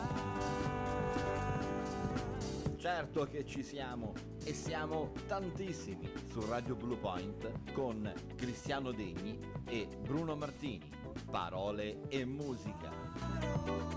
Certo che ci siamo e siamo tantissimi su Radio Blue Point con Cristiano Degni e Bruno Martini. Parole e musica.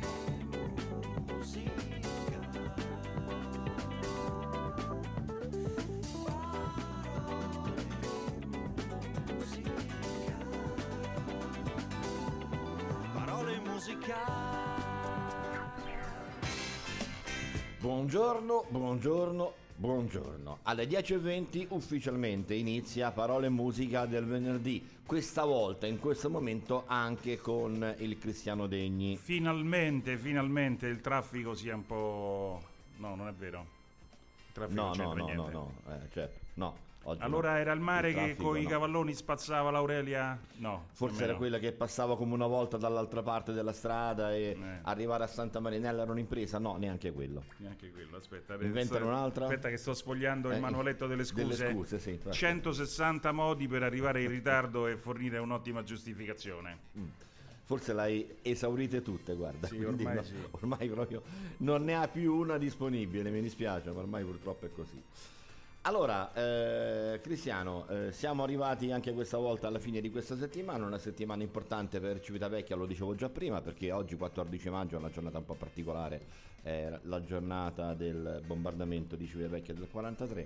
Buongiorno, buongiorno, buongiorno. Alle 10:20 ufficialmente inizia Parole e Musica del venerdì. Questa volta, in questo momento, anche con il Cristiano Degni. Finalmente il traffico sia un po'... No, non è vero. Il traffico non c'entra niente. Certo, no. Allora no. era il mare Il che con i no. cavalloni spazzava l'Aurelia? No. Forse era quella che passava come una volta dall'altra parte della strada e arrivare a Santa Marinella era un'impresa? No, neanche quello. Aspetta. Inventano un'altra? Aspetta che sto sfogliando il manualetto delle scuse. Delle scuse, sì. 160 modi per arrivare in ritardo e fornire un'ottima giustificazione. Forse l'hai esaurite tutte, guarda. Sì, ormai sì. Ormai proprio non ne ha più una disponibile, mi dispiace, ma ormai purtroppo è così. Allora, Cristiano, siamo arrivati anche questa volta alla fine di questa settimana, una settimana importante per Civitavecchia, lo dicevo già prima, perché oggi 14 maggio è una giornata un po' particolare, è la giornata del bombardamento di Civitavecchia del 43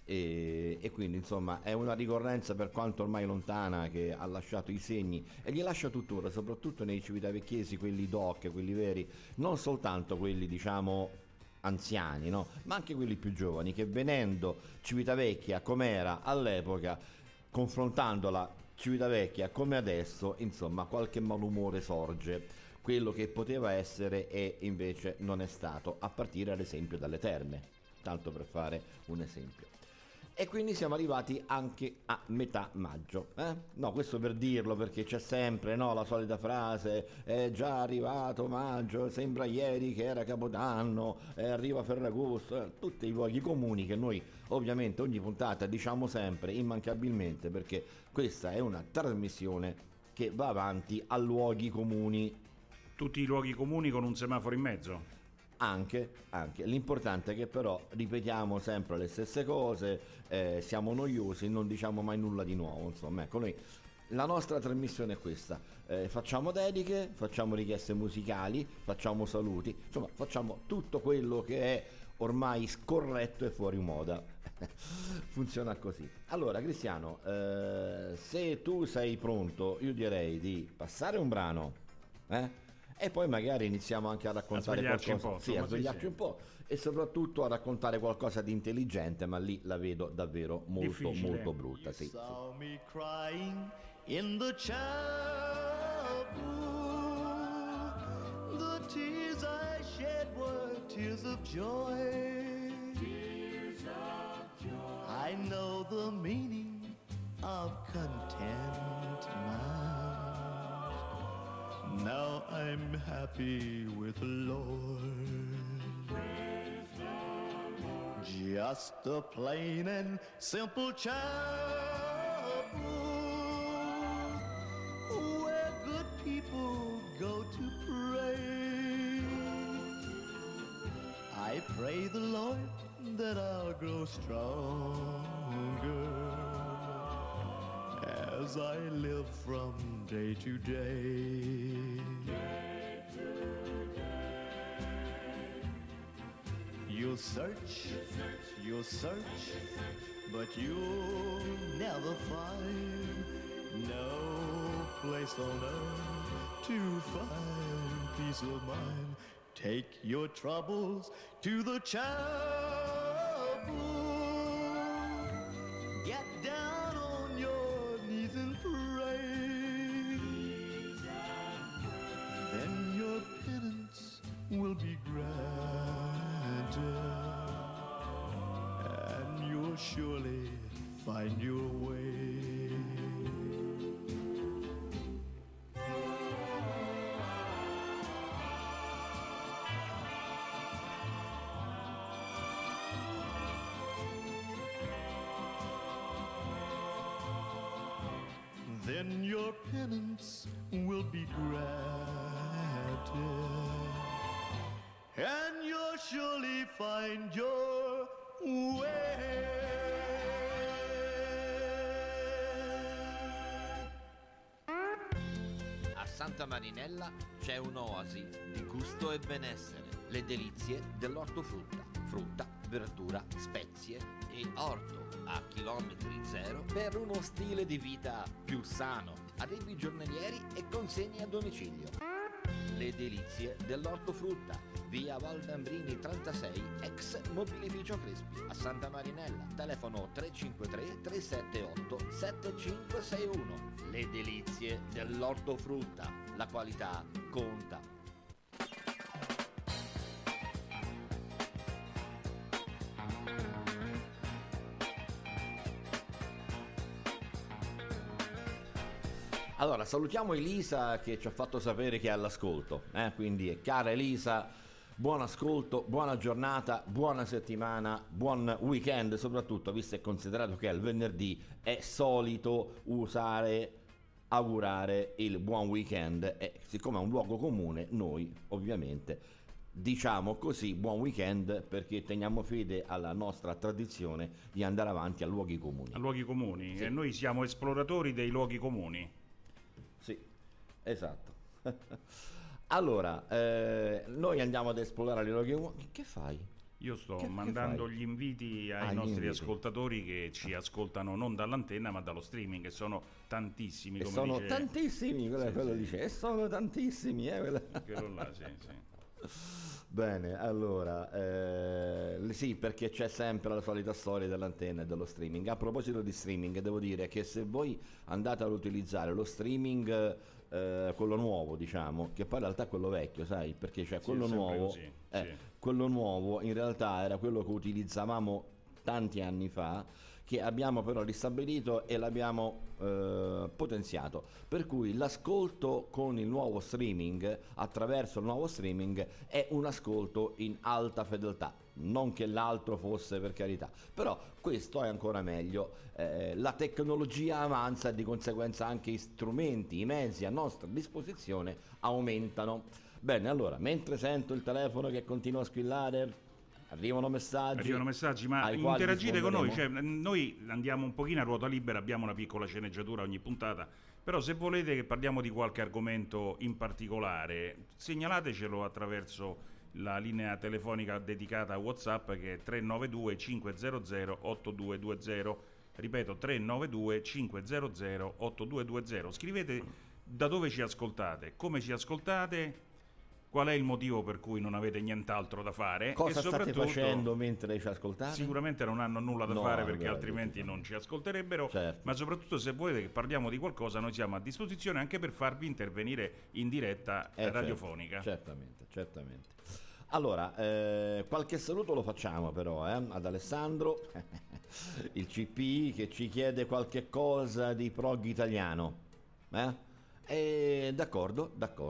e quindi insomma è una ricorrenza per quanto ormai lontana che ha lasciato i segni e li lascia tuttora, soprattutto nei civitavecchiesi, quelli doc, quelli veri, non soltanto quelli diciamo anziani, no? Ma anche quelli più giovani che venendo Civitavecchia com'era all'epoca, confrontandola Civitavecchia come adesso, insomma qualche malumore sorge. Quello che poteva essere e invece non è stato, a partire ad esempio dalle terme, tanto per fare un esempio. E quindi siamo arrivati anche a metà maggio, No, questo per dirlo, perché c'è sempre, no, la solita frase: è già arrivato maggio, sembra ieri che era Capodanno, arriva Ferragosto, tutti i luoghi comuni che noi ovviamente ogni puntata diciamo sempre, immancabilmente, perché questa è una trasmissione che va avanti a luoghi comuni. Tutti i luoghi comuni con un semaforo in mezzo. Anche, l'importante è che però ripetiamo sempre le stesse cose, siamo noiosi, non diciamo mai nulla di nuovo, insomma, ecco, noi la nostra trasmissione è questa, facciamo dediche, facciamo richieste musicali, facciamo saluti, insomma facciamo tutto quello che è ormai scorretto e fuori moda. Funziona così. Allora Cristiano, se tu sei pronto, io direi di passare un brano, e poi magari iniziamo anche a raccontare qualcosa, a svegliarci un po' e soprattutto a raccontare qualcosa di intelligente, ma lì la vedo davvero molto difficile. Molto brutta, sì. Saw me crying in the chapel. The tears I shed were tears of joy. I know the meaning of contentment. Now I'm happy with the Lord. Just a plain and simple chapel where good people go to pray. I pray the Lord that I'll grow stronger as I live from day to day. You'll search, but you'll never find no place on earth to find peace of mind. Take your troubles to the chapel. Get down on your knees and pray. Then your penance will be granted, and you'll surely find your way. Then your penance will be granted, and you'll surely find your way. A Santa Marinella c'è un'oasi di gusto e benessere. Le delizie dell'ortofrutta. Frutta, verdura, spezie e orto a chilometri zero per uno stile di vita più sano. Arrivi giornalieri e consegni a domicilio. Le delizie dell'ortofrutta. Via Valdambrini 36, ex Mobilificio Crespi, a Santa Marinella. Telefono 353 378 7561. Le delizie dell'ortofrutta. La qualità conta. Allora, salutiamo Elisa che ci ha fatto sapere che è all'ascolto, quindi cara Elisa, buon ascolto, buona giornata, buona settimana, buon weekend, soprattutto visto e considerato che il venerdì è solito augurare il buon weekend e siccome è un luogo comune noi ovviamente diciamo così buon weekend perché teniamo fede alla nostra tradizione di andare avanti a luoghi comuni. A luoghi comuni, sì. E noi siamo esploratori dei luoghi comuni. Sì, esatto. Allora, noi andiamo ad esplorare i luoghi comuni. Che fai? Io sto Che mandando fai? gli inviti ai Gli nostri inviti. ascoltatori che ci ascoltano non dall'antenna ma dallo streaming, che sono tantissimi. E Come sono dice... tantissimi, quello sì. dice, e sono tantissimi. Quello là, sì. Bene, allora, sì, perché c'è sempre la solita storia dell'antenna e dello streaming. A proposito di streaming, devo dire che se voi andate ad utilizzare lo streaming, quello nuovo, diciamo, che poi in realtà è quello vecchio, sai, perché c'è Sì, quello è sempre nuovo, così, sì. quello nuovo in realtà era quello che utilizzavamo tanti anni fa, che abbiamo però ristabilito e l'abbiamo potenziato, per cui l'ascolto con il nuovo streaming, attraverso il nuovo streaming, è un ascolto in alta fedeltà, non che l'altro fosse, per carità, però questo è ancora meglio. La tecnologia avanza e di conseguenza anche gli strumenti, i mezzi a nostra disposizione aumentano. Bene, allora, mentre sento il telefono che continua a squillare, arrivano messaggi, ma ai quali interagite con noi, cioè, risponderemo. noi andiamo un pochino a ruota libera, abbiamo una piccola sceneggiatura ogni puntata, però se volete che parliamo di qualche argomento in particolare, segnalatecelo attraverso la linea telefonica dedicata a WhatsApp, che è 392 500 8220, ripeto 392 500 8220. Scrivete da dove ci ascoltate, come ci ascoltate, qual è il motivo per cui non avete nient'altro da fare, Cosa e state soprattutto facendo mentre ci ascoltate? sicuramente non hanno nulla da No, fare perché allora, altrimenti non ci ascolterebbero, certo. ma soprattutto se volete che parliamo di qualcosa noi siamo a disposizione anche per farvi intervenire in diretta radiofonica. Certamente. Allora, qualche saluto lo facciamo però ad Alessandro, il CPI, che ci chiede qualche cosa di prog italiano. D'accordo.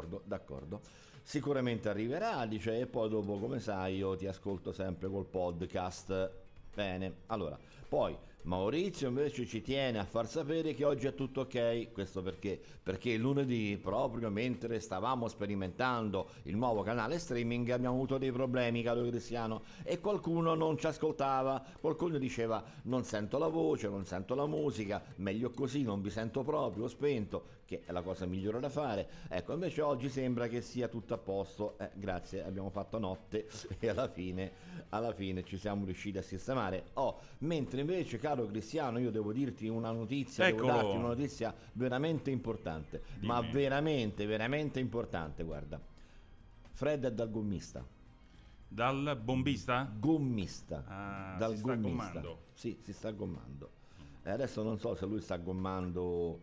Sicuramente arriverà, dice, e poi dopo, come sai, io ti ascolto sempre col podcast. Bene, allora, poi Maurizio invece ci tiene a far sapere che oggi è tutto ok. Questo perché lunedì, proprio mentre stavamo sperimentando il nuovo canale streaming, abbiamo avuto dei problemi, caro Cristiano, e qualcuno non ci ascoltava, qualcuno diceva non sento la voce, non sento la musica, meglio così, non vi sento proprio, ho spento, che è la cosa migliore da fare. Ecco, invece oggi sembra che sia tutto a posto, grazie, abbiamo fatto notte e alla fine ci siamo riusciti a sistemare. Mentre invece, caro Cristiano, io devo dirti una notizia, Eccolo. devo darti una notizia veramente importante. Dimmi. Ma veramente importante, guarda. Fred è dal gommista. Dal bombista? Gommista. Dal si sta gommista. gommando. Sì, si sta gommando. Adesso non so se lui sta gommando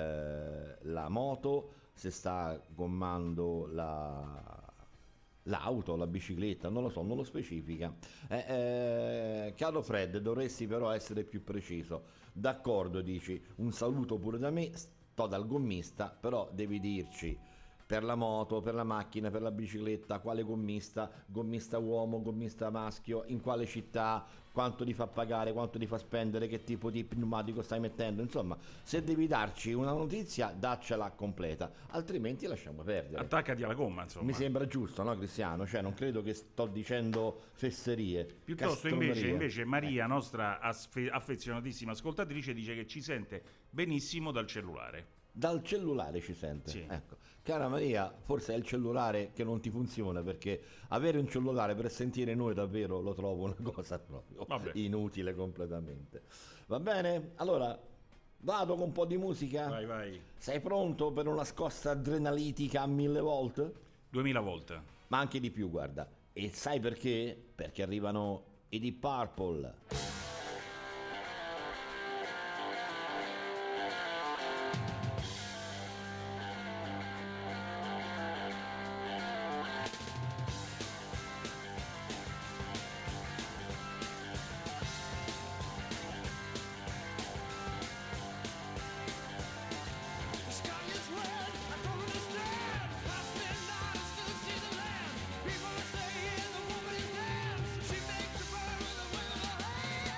la moto, se sta gommando l'auto, la bicicletta, non lo so, non lo specifica. Caro Fred, dovresti però essere più preciso. D'accordo, dici, un saluto pure da me, sto dal gommista, però devi dirci per la moto, per la macchina, per la bicicletta, quale gommista uomo, gommista maschio, in quale città, quanto ti fa pagare, quanto ti fa spendere, che tipo di pneumatico stai mettendo, insomma, se devi darci una notizia, daccela completa, altrimenti lasciamo perdere. Attaccati alla gomma, insomma. Mi sembra giusto, no, Cristiano? Cioè, non credo che sto dicendo fesserie. Piuttosto castronerie. invece Maria, nostra affezionatissima ascoltatrice, dice che ci sente benissimo dal cellulare. Dal cellulare ci sente. Sì. Ecco. Cara Maria, forse è il cellulare che non ti funziona, perché avere un cellulare per sentire noi davvero lo trovo una cosa proprio Vabbè. inutile completamente. Va bene? Allora, vado con un po' di musica? Vai. Sei pronto per una scossa adrenalitica a 1000 volt? 2000 volte. Ma anche di più, guarda. E sai perché? Perché arrivano i Deep Purple. The sky is red, I don't understand. I've spent nights to see the land. People are saying the woman is dead. She makes the bird with a will of her hand.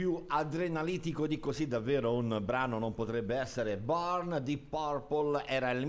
Più adrenalitico di così davvero un brano non potrebbe essere. Born Deep Purple era il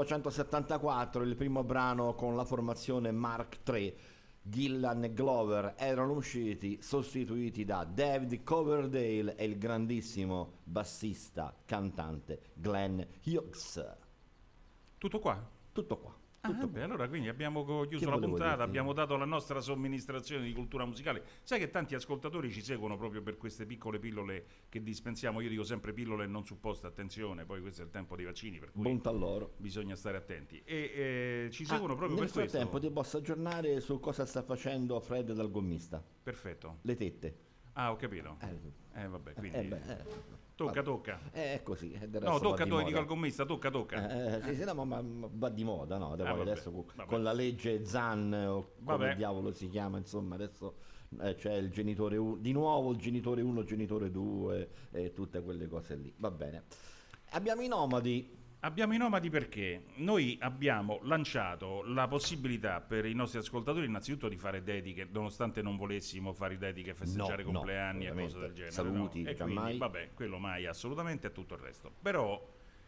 1974, il primo brano con la formazione Mark III. Gillan e Glover erano usciti, sostituiti da David Coverdale e il grandissimo bassista cantante Glenn Hughes. Tutto qua? Tutto qua. Beh, allora quindi abbiamo chiuso Che la volevo puntata, dirti? abbiamo dato la nostra somministrazione di cultura musicale. Sai che tanti ascoltatori ci seguono proprio per queste piccole pillole che dispensiamo. Io dico sempre pillole non supposte, attenzione, poi questo è il tempo dei vaccini, per cui Bontà loro. bisogna stare attenti. E ci seguono proprio Nel per questo. frattempo ti posso aggiornare su cosa sta facendo Fred dal gommista. Perfetto. Le tette. Ah, ho capito. Vabbè, quindi tocca. È così. Del No, resto va tocca, di tu moda. dico al gommista, tocca. Sì, no, ma va di moda, no? Poi vabbè, adesso vabbè. con la legge Zan o come Vabbè. diavolo si chiama, insomma, adesso c'è il genitore di nuovo il genitore 1, genitore 2 e tutte quelle cose lì. Va bene. Abbiamo i nomadi. Abbiamo i nomadi perché noi abbiamo lanciato la possibilità per i nostri ascoltatori innanzitutto di fare dediche, nonostante non volessimo fare dediche, festeggiare No, compleanni e ovviamente. cose del genere. Saluti, no? E giammai. quindi, vabbè, quello mai assolutamente, e tutto il resto. Però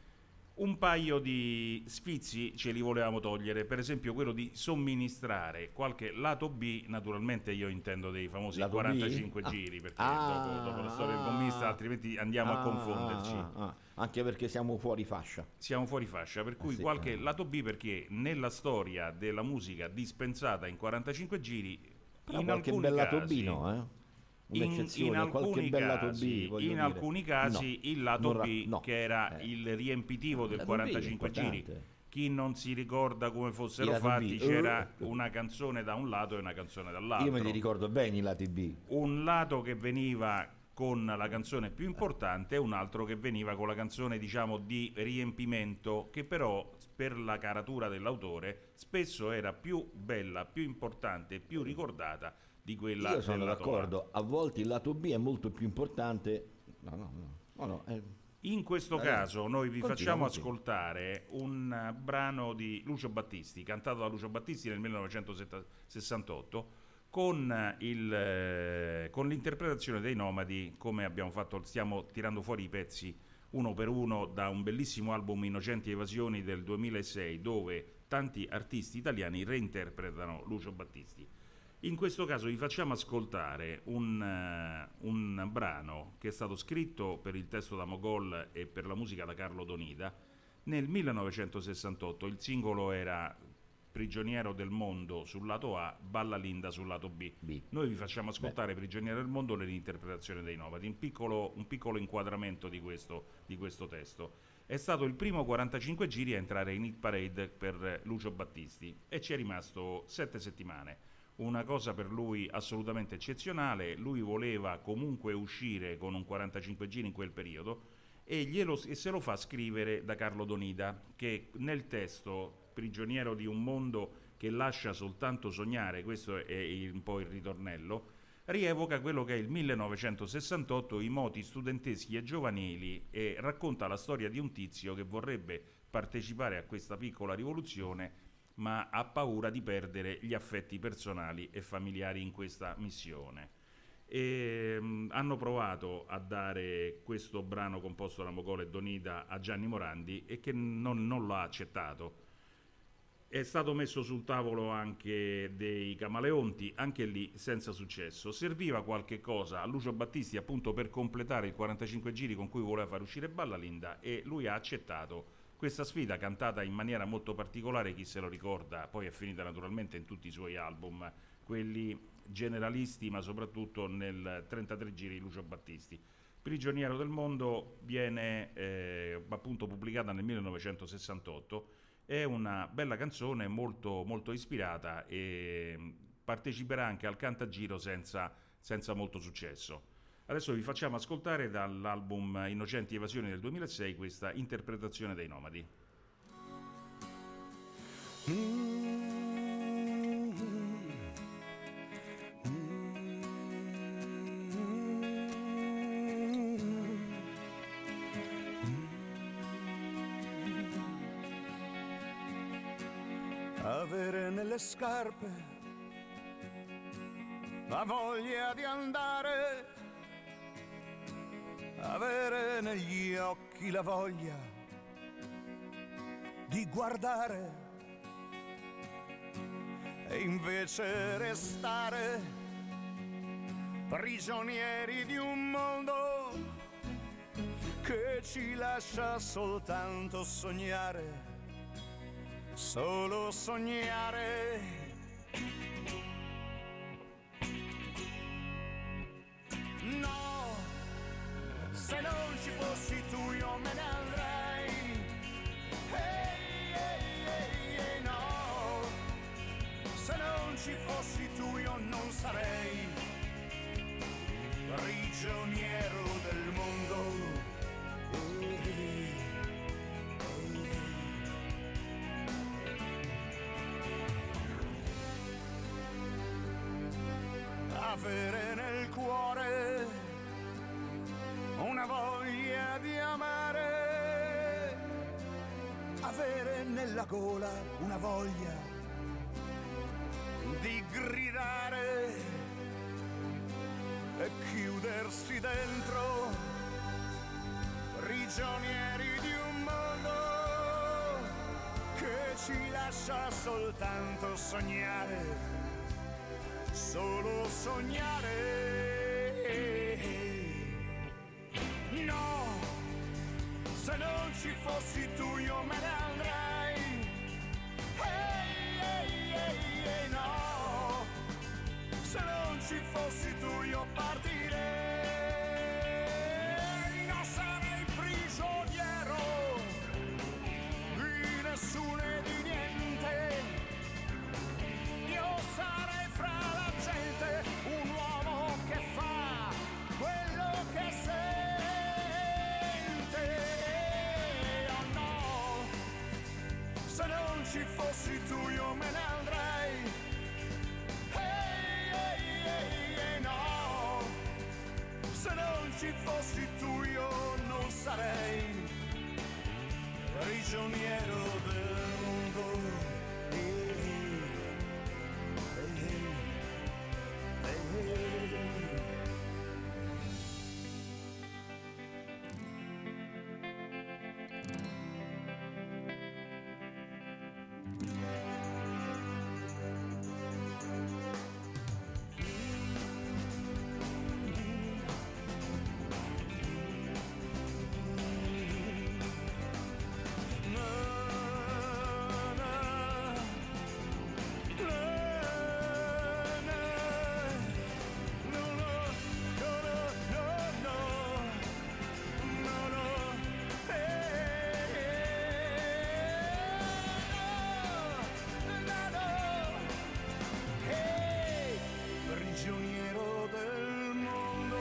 un paio di sfizi ce li volevamo togliere, per esempio quello di somministrare qualche lato B, naturalmente io intendo dei famosi Lato B? 45 giri, perché dopo la storia del gommista altrimenti andiamo a confonderci. Anche perché siamo fuori fascia. Siamo fuori fascia, per cui sì, qualche lato B, perché nella storia della musica dispensata in 45 giri, Però in qualche alcuni bel lato casi, B, no? Un'eccezione, in qualche alcuni bel lato casi, B, voglio in dire. alcuni casi No, il lato non B, no. che era il riempitivo del lato B è 45 giri. importante. Chi non si ricorda come fossero Il lato fatti, B. c'era una canzone da un lato e una canzone dall'altro. Io me li ricordo bene i lati B. Un lato che veniva con la canzone più importante e un altro che veniva con la canzone, diciamo, di riempimento, che però per la caratura dell'autore spesso era più bella, più importante, più ricordata di quella Io sono del lato A. d'accordo, a volte il lato B è molto più importante. No. In questo Vabbè. caso noi vi Continua, facciamo continua. ascoltare un brano di Lucio Battisti, cantato da Lucio Battisti nel 1968, con l'interpretazione dei Nomadi, come abbiamo fatto, stiamo tirando fuori i pezzi uno per uno da un bellissimo album Innocenti Evasioni del 2006, dove tanti artisti italiani reinterpretano Lucio Battisti. In questo caso vi facciamo ascoltare un brano che è stato scritto per il testo da Mogol e per la musica da Carlo Donida nel 1968. Il singolo era Prigioniero del Mondo sul lato A, Balla Linda sul lato B. Noi vi facciamo ascoltare Prigioniero del Mondo nell'interpretazione dei Nomadi, un piccolo inquadramento di questo testo. È stato il primo 45 giri a entrare in hit parade per Lucio Battisti e ci è rimasto 7 settimane. Una cosa per lui assolutamente eccezionale. Lui voleva comunque uscire con un 45 giri in quel periodo e se lo fa scrivere da Carlo Donida, che nel testo Prigioniero di un mondo che lascia soltanto sognare, questo è un po' il ritornello, rievoca quello che è il 1968, i moti studenteschi e giovanili, e racconta la storia di un tizio che vorrebbe partecipare a questa piccola rivoluzione ma ha paura di perdere gli affetti personali e familiari in questa missione. Hanno provato a dare questo brano composto da Mogol e Donida a Gianni Morandi e che non l'ha accettato. È stato messo sul tavolo anche dei Camaleonti, anche lì senza successo. Serviva qualche cosa a Lucio Battisti appunto per completare il 45 giri con cui voleva far uscire Balla Linda, e lui ha accettato questa sfida, cantata in maniera molto particolare. Chi se lo ricorda, poi è finita naturalmente in tutti i suoi album, quelli generalisti, ma soprattutto nel 33 giri Lucio Battisti. Prigioniero del Mondo viene appunto pubblicata nel 1968, è una bella canzone molto, molto ispirata, e parteciperà anche al Cantagiro senza molto successo. Adesso vi facciamo ascoltare dall'album Innocenti Evasioni del 2006 questa interpretazione dei Nomadi. Avere nelle scarpe la voglia di andare avere negli occhi la voglia di guardare e invece restare prigionieri di un mondo che ci lascia soltanto sognare, solo sognare. No, se non ci fossi tu io me ne andrei. Ehi, ehi, ehi, ehi, no, se non ci fossi tu io non sarei prigioniero del mondo. Avere nel cuore una voglia di amare, avere nella gola una voglia di gridare e chiudersi dentro, prigionieri di un mondo che ci lascia soltanto sognare, solo sognare. No, se non ci fossi tu io me ne andrei. Ehi, ehi, ehi, ehi, no, se non ci fossi tu io partirei. Non sarei prigioniero di nessuno e di niente. Io sarei fra la gente un uomo che fa quello che sente. Oh no, se non ci fossi tu io me ne andrei. Ehi, ehi, ehi, ehi, no, se non ci fossi tu io non sarei prigioniero del mondo. Prigioniero del mondo.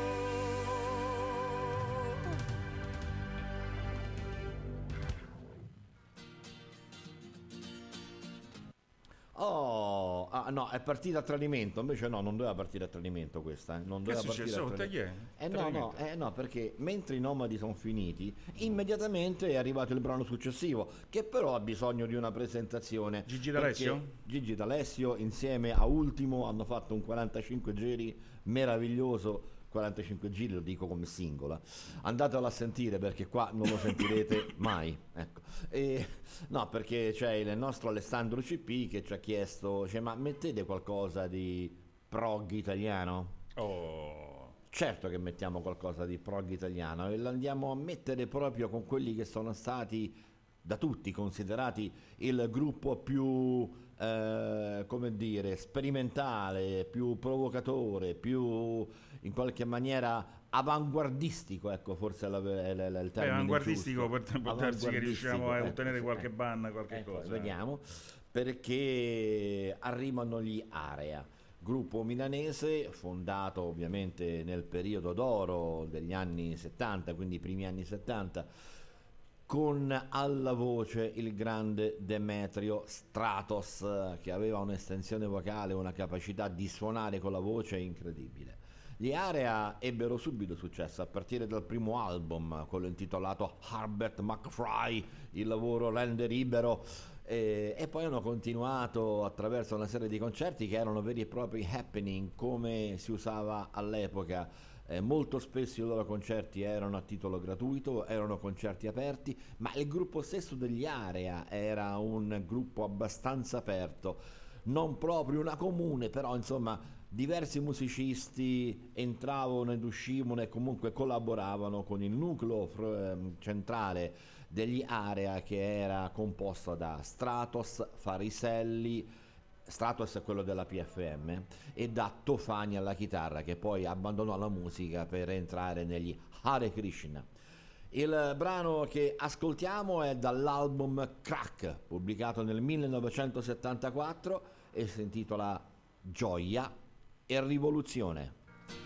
Oh, no, è partita a tradimento, invece no, non doveva partire a tradimento questa, non Che è doveva successo? partire a Chi è? tradimento. No, perché mentre i nomadi sono finiti, immediatamente è arrivato il brano successivo, che però ha bisogno di una presentazione. Gigi perché D'Alessio? Gigi D'Alessio insieme a Ultimo hanno fatto un 45 giri meraviglioso. 45 giri lo dico come singola, andatelo a sentire perché qua non lo sentirete mai, ecco. No, perché c'è il nostro Alessandro CP che ci ha chiesto, cioè, ma mettete qualcosa di prog italiano? Oh, Certo che mettiamo qualcosa di prog italiano e lo andiamo a mettere proprio con quelli che sono stati da tutti considerati il gruppo più come dire, sperimentale, più provocatore, più in qualche maniera avanguardistico, ecco, forse è il termine avanguardistico giusto. può darsi che riusciamo a Ecco, ottenere sì, qualche ecco. ban, qualche Ecco, cosa. vediamo, perché arrivano gli Area, gruppo milanese fondato ovviamente nel periodo d'oro degli anni 70, quindi i primi anni 70, con alla voce il grande Demetrio Stratos, che aveva un'estensione vocale, una capacità di suonare con la voce incredibile. Gli Area ebbero subito successo a partire dal primo album, quello intitolato Herbert McFry, il lavoro rende libero, e poi hanno continuato attraverso una serie di concerti che erano veri e propri happening, come si usava all'epoca Molto spesso i loro concerti erano a titolo gratuito, erano concerti aperti, ma il gruppo stesso degli Area era un gruppo abbastanza aperto, non proprio una comune, però insomma diversi musicisti entravano ed uscivano e comunque collaboravano con il nucleo centrale degli Area, che era composto da Stratos, Fariselli. Stratos è quello della PFM, e da Tofani alla chitarra, che poi abbandonò la musica per entrare negli Hare Krishna. Il brano che ascoltiamo è dall'album Crack, pubblicato nel 1974, e si intitola Gioia e Rivoluzione.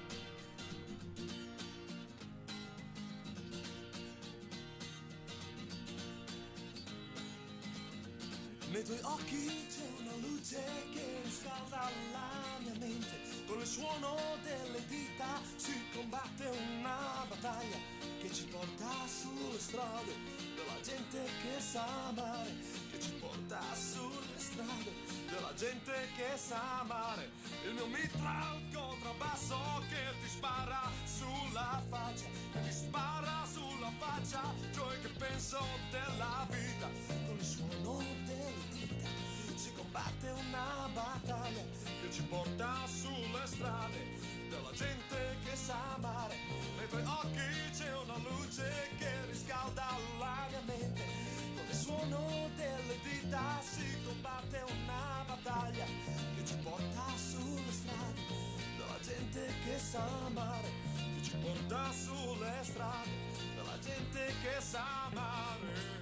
Nei tuoi occhi c'è una luce che riscalda la mia mente. Con il suono delle dita si combatte una battaglia che ci porta sulle strade della gente che sa amare, che ci porta sulle strade della gente che sa amare. Il mio mitra è un contrabbasso che ti spara sulla faccia, che ti spara sulla faccia, cioè che penso della vita. Con il suono delle dita si combatte una battaglia che ci porta sulle strade della gente che sa amare. Nei tuoi occhi c'è una luce che riscalda la mia mente. Con il suono delle dita si combatte una battaglia che ci porta sulle strade della gente che sa amare, che ci porta sulle strade della gente che sa amare.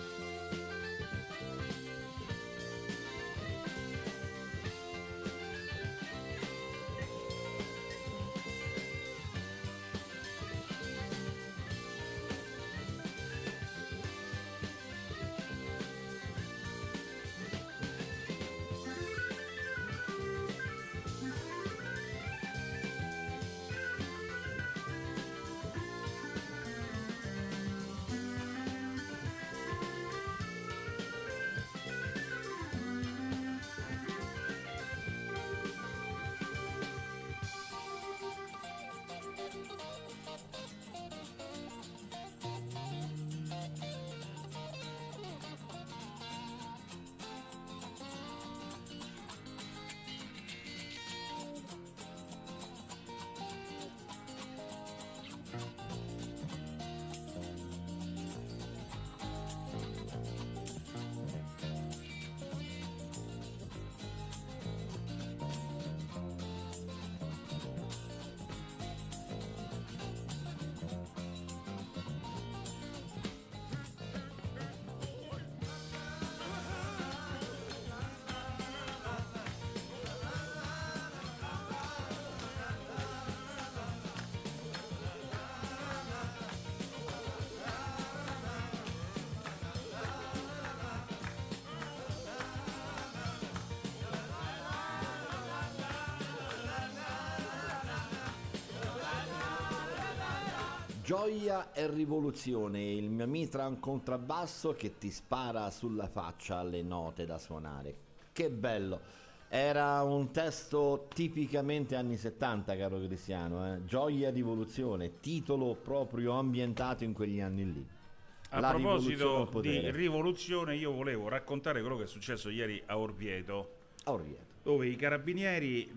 Gioia e rivoluzione, il mio mitra è un contrabbasso che ti spara sulla faccia alle note da suonare. Che bello! Era un testo tipicamente anni 70, caro Cristiano, Gioia e rivoluzione, titolo proprio ambientato in quegli anni lì. A La rivoluzione proposito al potere. di rivoluzione, io volevo raccontare quello che è successo ieri a Orvieto, A Orvieto. dove i carabinieri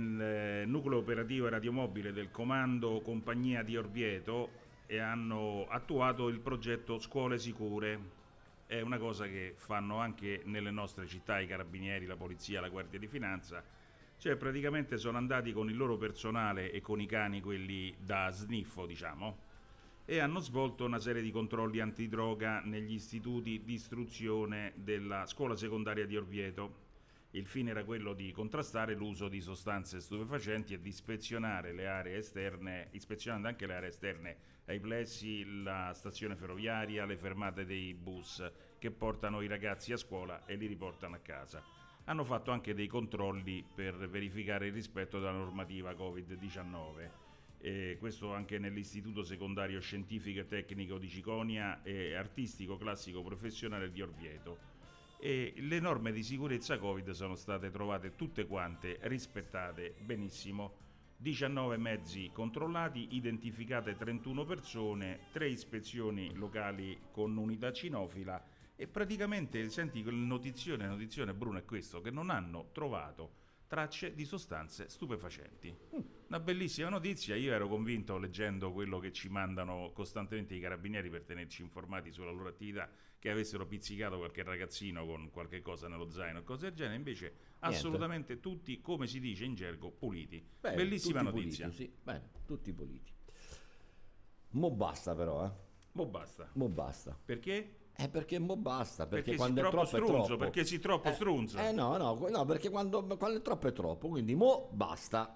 del nucleo operativo e radiomobile del comando compagnia di Orvieto hanno attuato il progetto Scuole Sicure. È una cosa che fanno anche nelle nostre città i carabinieri, la polizia, la guardia di finanza. Cioè praticamente sono andati con il loro personale e con i cani, quelli da sniffo, diciamo, e hanno svolto una serie di controlli antidroga negli istituti di istruzione della scuola secondaria di Orvieto. Il fine era quello di contrastare l'uso di sostanze stupefacenti e di ispezionare le aree esterne, ispezionando anche le aree esterne ai plessi, la stazione ferroviaria, le fermate dei bus che portano i ragazzi a scuola e li riportano a casa. Hanno fatto anche dei controlli per verificare il rispetto della normativa Covid-19. Questo anche nell'Istituto Secondario Scientifico e Tecnico di Ciconia e Artistico Classico Professionale di Orvieto. E le norme di sicurezza Covid sono state trovate tutte quante rispettate benissimo. 19 mezzi controllati, identificate 31 persone, 3 ispezioni locali con unità cinofila e praticamente, senti, il notizione Bruno è questo, che non hanno trovato tracce di sostanze stupefacenti. Una bellissima notizia. Io ero convinto, leggendo quello che ci mandano costantemente i carabinieri per tenerci informati sulla loro attività, che avessero pizzicato qualche ragazzino con qualche cosa nello zaino e cose del genere. Invece assolutamente tutti, come si dice in gergo, puliti. Beh, bellissima tutti notizia. Puliti, sì. Bene, tutti puliti. Mo basta però, Mo basta. Mo basta. Perché? Perché mo basta, perché Perché quando si è troppo troppo è strunzo, troppo. perché si troppo strunzo. No, perché quando è troppo è troppo, quindi mo basta.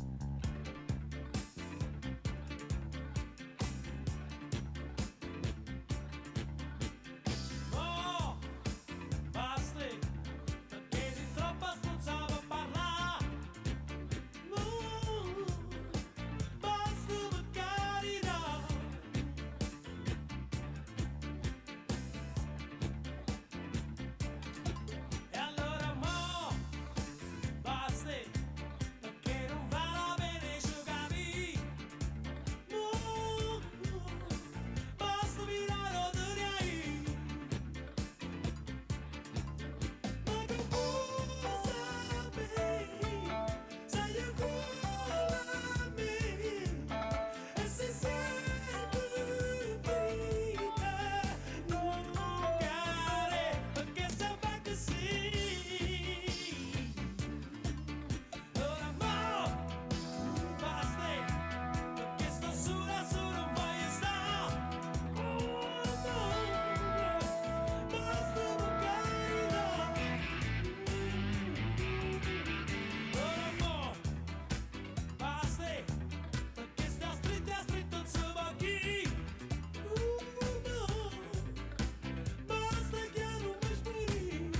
Oh, basta, perché sei troppo struzzato per parlare. Basta per carità. E allora mo, basta, perché non vale la pena giocare. Basta mirare o te ne hai. Ma che cosa sai ancora a me? E se senti ferita non care, perché sembra che sì. Ora mo basta, perché sto sola non voglio stare. Basta per carità. Ora mo basta, perché sta stritto non si va chi. Basta che non mi speri.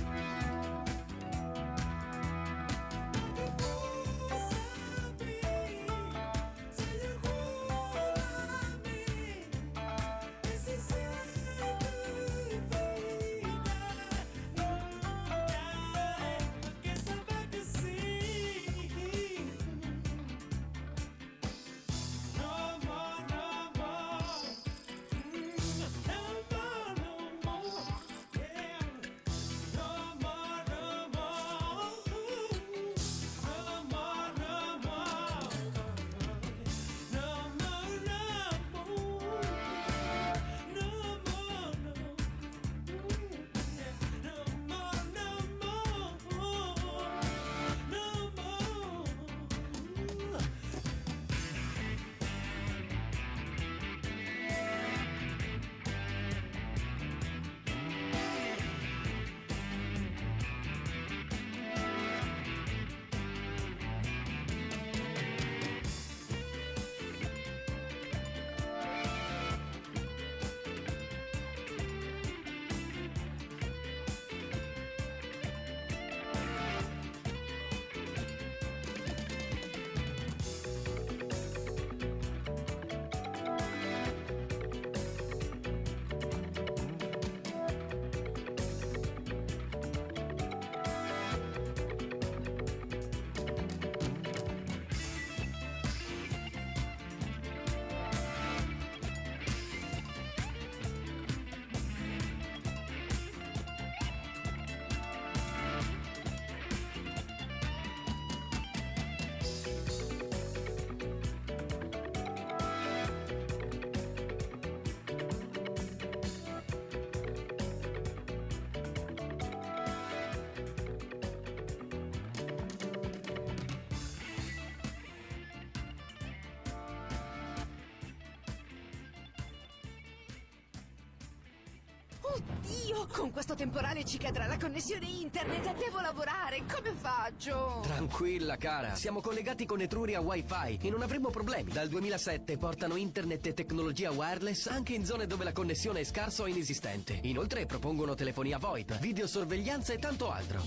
Oddio, con questo temporale ci cadrà la connessione internet. Devo lavorare, come faccio? Tranquilla, cara. Siamo collegati con Etruria Wi-Fi e non avremo problemi. Dal 2007 portano internet e tecnologia wireless anche in zone dove la connessione è scarsa o inesistente. Inoltre propongono telefonia VoIP, videosorveglianza e tanto altro.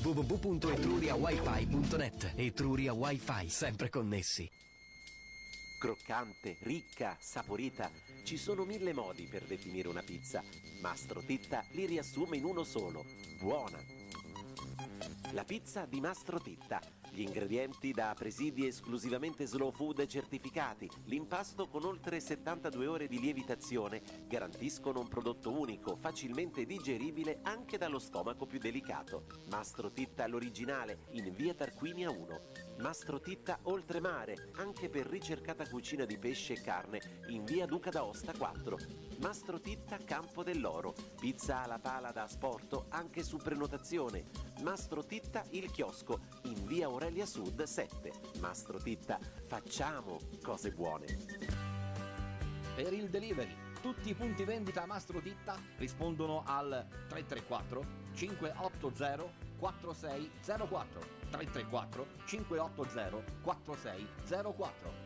www.etruriawifi.net. Etruria Wi-Fi, sempre connessi. Croccante, ricca, saporita. Ci sono 1000 modi per definire una pizza. Mastro Titta li riassume in uno solo. Buona. La pizza di Mastro Titta. Gli ingredienti da presidi esclusivamente slow food certificati. L'impasto con oltre 72 ore di lievitazione garantiscono un prodotto unico, facilmente digeribile anche dallo stomaco più delicato. Mastro Titta l'originale, in via Tarquinia 1. Mastro Titta Oltremare, anche per ricercata cucina di pesce e carne, in via Duca d'Aosta 4. Mastro Titta Campo dell'Oro, pizza alla pala da asporto anche su prenotazione. Mastro Titta Il Chiosco, in via Aurelia Sud 7. Mastro Titta, facciamo cose buone. Per il delivery, tutti i punti vendita Mastro Titta rispondono al 334 580 4604. 334 580 4604.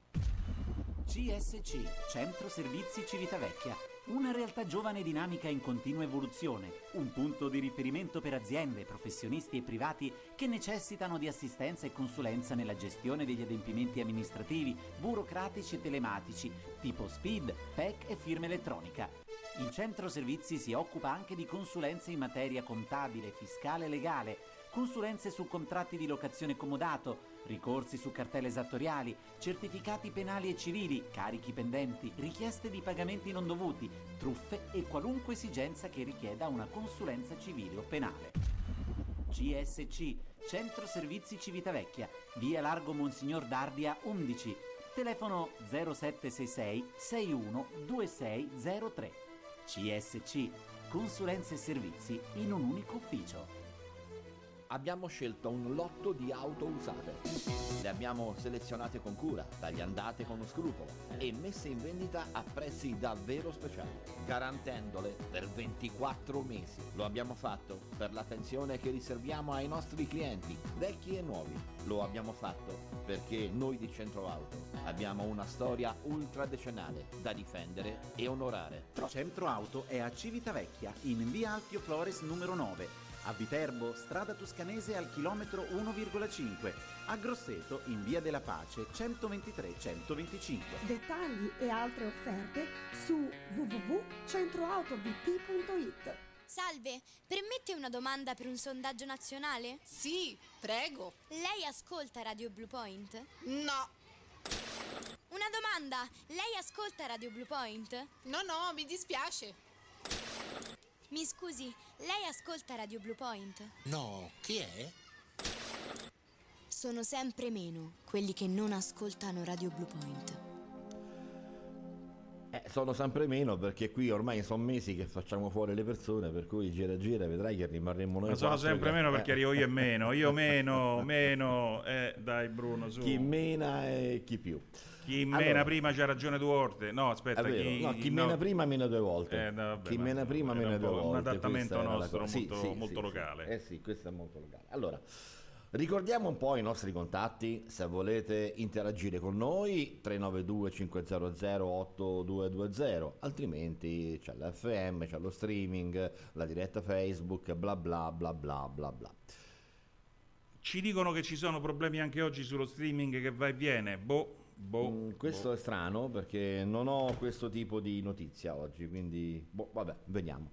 CSC, Centro Servizi Civitavecchia, una realtà giovane e dinamica in continua evoluzione, un punto di riferimento per aziende, professionisti e privati che necessitano di assistenza e consulenza nella gestione degli adempimenti amministrativi, burocratici e telematici, tipo SPID, PEC e firma elettronica. Il Centro Servizi si occupa anche di consulenze in materia contabile, fiscale e legale, consulenze su contratti di locazione comodato, ricorsi su cartelle esattoriali, certificati penali e civili, carichi pendenti, richieste di pagamenti non dovuti, truffe e qualunque esigenza che richieda una consulenza civile o penale. CSC, Centro Servizi Civitavecchia, via Largo Monsignor Dardia 11, telefono 0766 61 2603. CSC, consulenze e servizi in un unico ufficio. Abbiamo scelto un lotto di auto usate. Le abbiamo selezionate con cura, tagliandate con scrupolo e messe in vendita a prezzi davvero speciali, garantendole per 24 mesi. Lo abbiamo fatto per l'attenzione che riserviamo ai nostri clienti, vecchi e nuovi. Lo abbiamo fatto perché noi di Centro Auto abbiamo una storia ultradecennale da difendere e onorare. Centro Auto è a Civitavecchia, in via Alfio Flores numero 9. A Viterbo, strada Toscanese al chilometro 1,5. A Grosseto, in via della Pace 123-125. Dettagli e altre offerte su www.centroautovt.it. Salve, permette una domanda per un sondaggio nazionale? Sì, prego. Lei ascolta Radio Blue Point? No. Una domanda, lei ascolta Radio Blue Point? No, mi dispiace. Mi scusi, lei ascolta Radio Blue Point? No, chi è? Sono sempre meno quelli che non ascoltano Radio Blue Point. Sono sempre meno perché qui ormai sono mesi che facciamo fuori le persone, per cui gira vedrai che rimarremo noi. Ma sono sempre meno perché arrivo io e meno. Io meno. Dai Bruno, su. Chi mena e chi più. Chi mena prima c'ha ragione due volte. No, aspetta, chi mena prima mena due volte. Vabbè, chi mena prima mena due volte. Un adattamento nostro molto sì, locale. Sì, questo è molto locale. Allora, ricordiamo un po' i nostri contatti, se volete interagire con noi, 392 500 8220, altrimenti c'è l'FM, c'è lo streaming, la diretta Facebook, bla bla bla bla bla bla. Ci dicono che ci sono problemi anche oggi sullo streaming che va e viene. Questo è strano perché non ho questo tipo di notizia oggi, quindi vabbè, vediamo.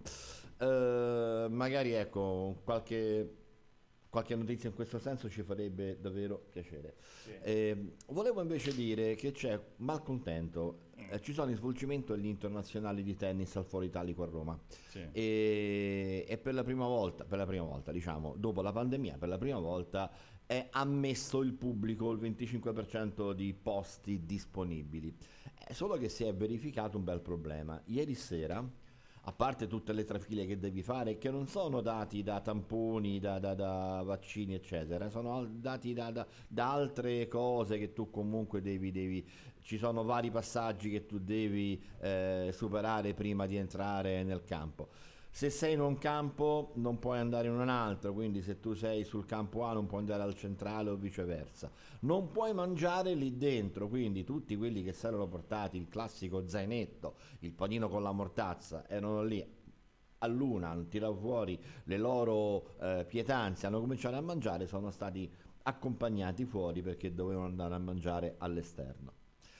Magari ecco qualche notizia in questo senso ci farebbe davvero piacere. Sì. Volevo invece dire che c'è malcontento. Ci sono in svolgimento gli internazionali di tennis al Foro Italico a Roma. Sì. E per la prima volta, diciamo, dopo la pandemia, per la prima volta è ammesso il pubblico, il 25% di posti disponibili. Solo che si è verificato un bel problema. Ieri sera, a parte tutte le trafile che devi fare, che non sono dati da tamponi, da vaccini eccetera, sono dati da altre cose che tu comunque devi ci sono vari passaggi che tu devi superare prima di entrare nel campo. Se sei in un campo non puoi andare in un altro, quindi se tu sei sul campo A non puoi andare al centrale o viceversa. Non puoi mangiare lì dentro, quindi tutti quelli che si erano portati il classico zainetto, il panino con la mortazza, erano lì a luna, hanno tirato fuori le loro pietanze, hanno cominciato a mangiare, sono stati accompagnati fuori perché dovevano andare a mangiare all'esterno.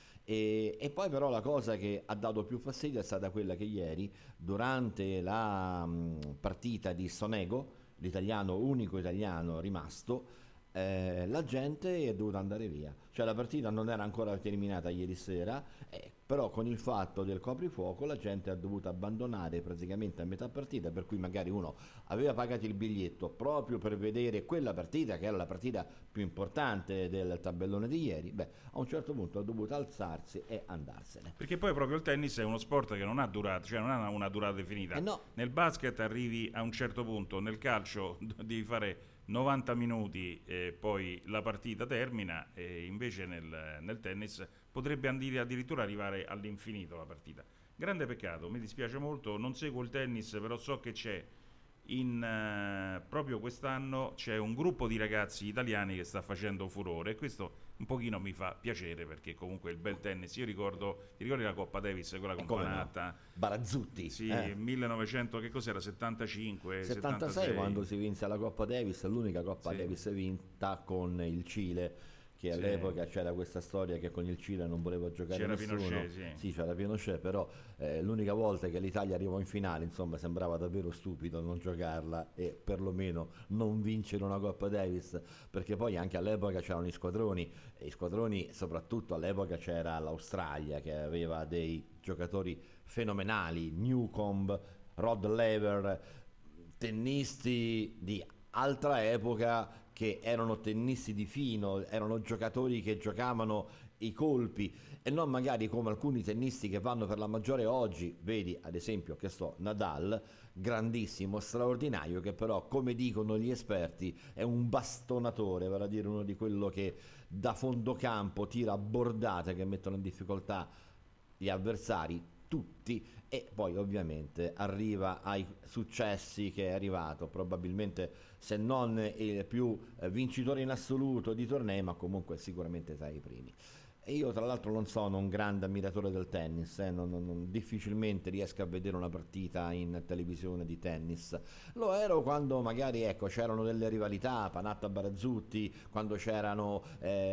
E poi però la cosa che ha dato più fastidio è stata quella che ieri, durante la partita di Sonego, l'italiano, unico italiano rimasto, la gente è dovuta andare via. Cioè la partita non era ancora terminata ieri sera, però con il fatto del coprifuoco la gente ha dovuto abbandonare praticamente a metà partita, per cui magari uno aveva pagato il biglietto proprio per vedere quella partita, che era la partita più importante del tabellone di ieri, a un certo punto ha dovuto alzarsi e andarsene. Perché poi proprio il tennis è uno sport che non ha durata, cioè non ha una durata definita. No. Nel basket arrivi a un certo punto, nel calcio devi fare 90 minuti e poi la partita termina, e invece nel tennis potrebbe addirittura arrivare all'infinito la partita. Grande peccato, mi dispiace molto, non seguo il tennis, però so che c'è proprio quest'anno c'è un gruppo di ragazzi italiani che sta facendo furore, e questo un pochino mi fa piacere, perché comunque il bel tennis, io ti ricordi la Coppa Davis, quella con Panatta, no? Barazzutti, sì, 1900, che cos'era, 75, 76 76. quando si vinse la Coppa Davis, l'unica Coppa Davis vinta con il Cile, che all'epoca c'era questa storia che con il Cile non voleva giocare c'era nessuno. Pinochet, sì, c'era Pinochet, però l'unica volta che l'Italia arrivò in finale, insomma, sembrava davvero stupido non giocarla e perlomeno non vincere una Coppa Davis, perché poi anche all'epoca c'erano gli squadroni, e i squadroni soprattutto all'epoca c'era l'Australia che aveva dei giocatori fenomenali, Newcomb, Rod Laver, tennisti di altra epoca, che erano tennisti di fino, erano giocatori che giocavano i colpi, e non magari come alcuni tennisti che vanno per la maggiore oggi, vedi ad esempio Nadal, grandissimo, straordinario, che però, come dicono gli esperti, è un bastonatore, vale a dire uno di quello che da fondo campo tira bordate che mettono in difficoltà gli avversari tutti, e poi ovviamente arriva ai successi che è arrivato, probabilmente se non il più vincitore in assoluto di tornei, ma comunque sicuramente tra i primi. E io tra l'altro non sono un grande ammiratore del tennis, difficilmente riesco a vedere una partita in televisione di tennis. Lo ero quando magari c'erano delle rivalità, Panatta Barazzutti, quando c'erano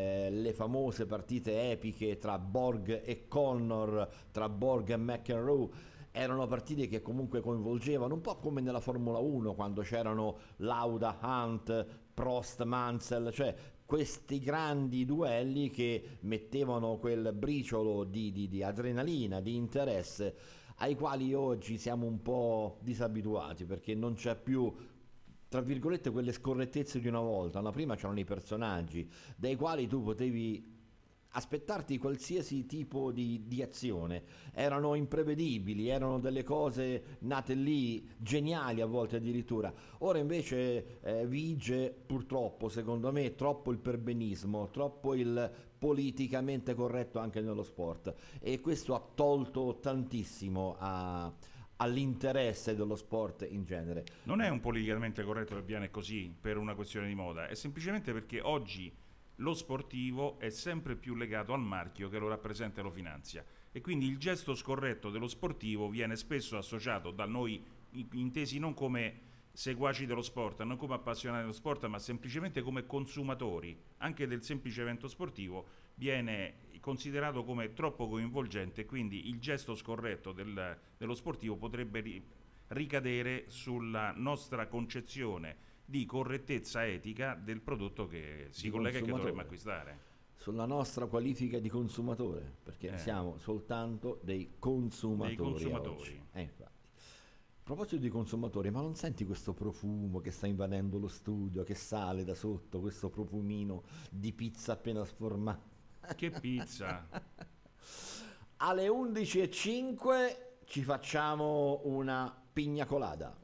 le famose partite epiche tra Borg e Connor, tra Borg e McEnroe. Erano partite che comunque coinvolgevano, un po' come nella Formula 1 quando c'erano Lauda, Hunt, Prost, Mansell, cioè questi grandi duelli che mettevano quel briciolo di adrenalina, di interesse, ai quali oggi siamo un po' disabituati, perché non c'è più, tra virgolette, quelle scorrettezze di una volta. Prima c'erano i personaggi dai quali tu potevi aspettarti qualsiasi tipo di azione, erano imprevedibili, erano delle cose nate lì, geniali a volte addirittura. Ora invece vige, purtroppo, secondo me, troppo il perbenismo, troppo il politicamente corretto anche nello sport, e questo ha tolto tantissimo all'interesse dello sport in genere. Non è un politicamente corretto che viene così per una questione di moda, è semplicemente perché oggi lo sportivo è sempre più legato al marchio che lo rappresenta e lo finanzia, e quindi il gesto scorretto dello sportivo viene spesso associato da noi, intesi non come seguaci dello sport, non come appassionati dello sport, ma semplicemente come consumatori anche del semplice evento sportivo, viene considerato come troppo coinvolgente, quindi il gesto scorretto dello sportivo potrebbe ricadere sulla nostra concezione di correttezza etica del prodotto che si collega e che dovremmo acquistare. Sulla nostra qualifica di consumatore, perché siamo soltanto dei consumatori. Oggi. Infatti. A proposito di consumatori, ma non senti questo profumo che sta invadendo lo studio, che sale da sotto, questo profumino di pizza appena sformata? Che pizza! Alle 11:05 ci facciamo una pigna colada.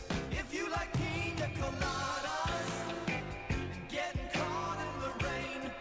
If you like pina coladas and getting caught in the rain,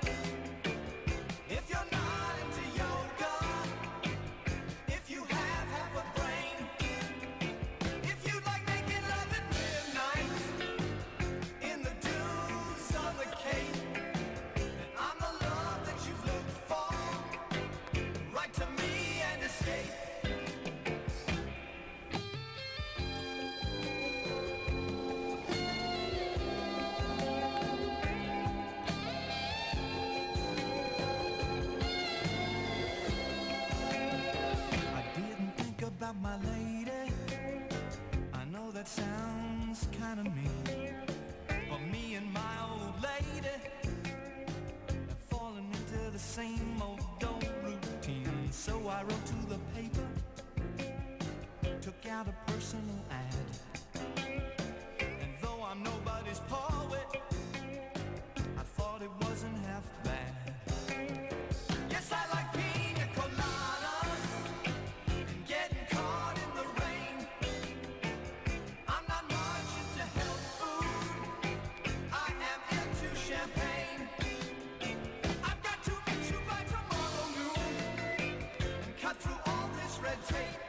the same old dull routine. So I wrote to the paper, took out a personal ad. And though I'm nobody's poet, I thought it wasn't half bad. Yes, I like pina coladas and getting caught in the rain. I'm not much into health food, I am into champagne. I've got to meet you by tomorrow noon and cut through all this red tape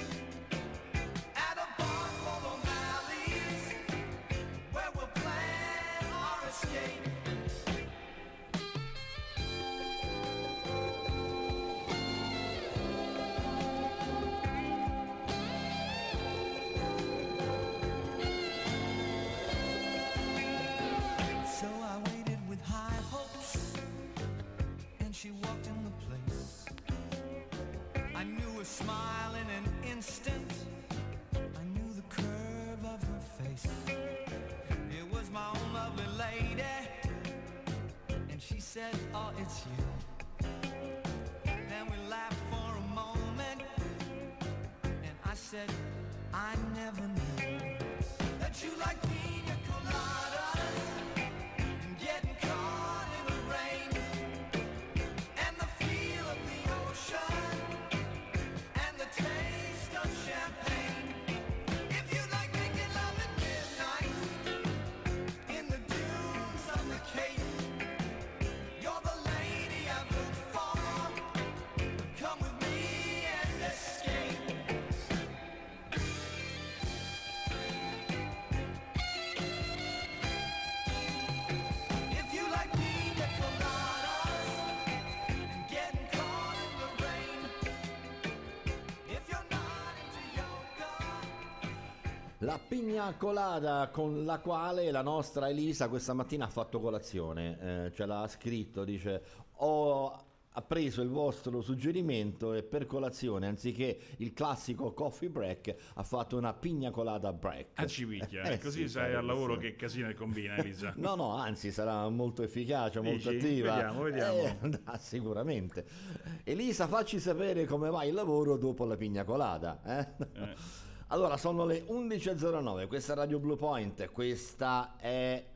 at a bar full of valleys where we'll plan our escape. So I waited with high hopes, and she walked in the place. I knew her smile in an instant, I knew the curve of her face. It was my own lovely lady, and she said, oh, it's you. Then we laughed for a moment, and I said, I never knew that you like pina coladas and getting caught in the rain and the feel of the ocean and the taste of champagne. If you like making love at midnight in the dunes of the Cape, you're the lady I've looked for. Come with me and escape. If you like pina coladas and getting caught in the rain, if you're not into yoga. La pigna colada con la quale la nostra Elisa questa mattina ha fatto colazione, ce l'ha scritto, dice ha preso il vostro suggerimento e per colazione anziché il classico coffee break ha fatto una pigna colada break. A cipicchia, così sì, sai al sarebbe lavoro sì. che casino che combina Elisa. No, anzi sarà molto efficace, molto Dici? attiva. Vediamo. Sicuramente. Elisa, facci sapere come va il lavoro dopo la pigna colada. Allora, sono le 11.09, questa è Radio Blue Point, questa è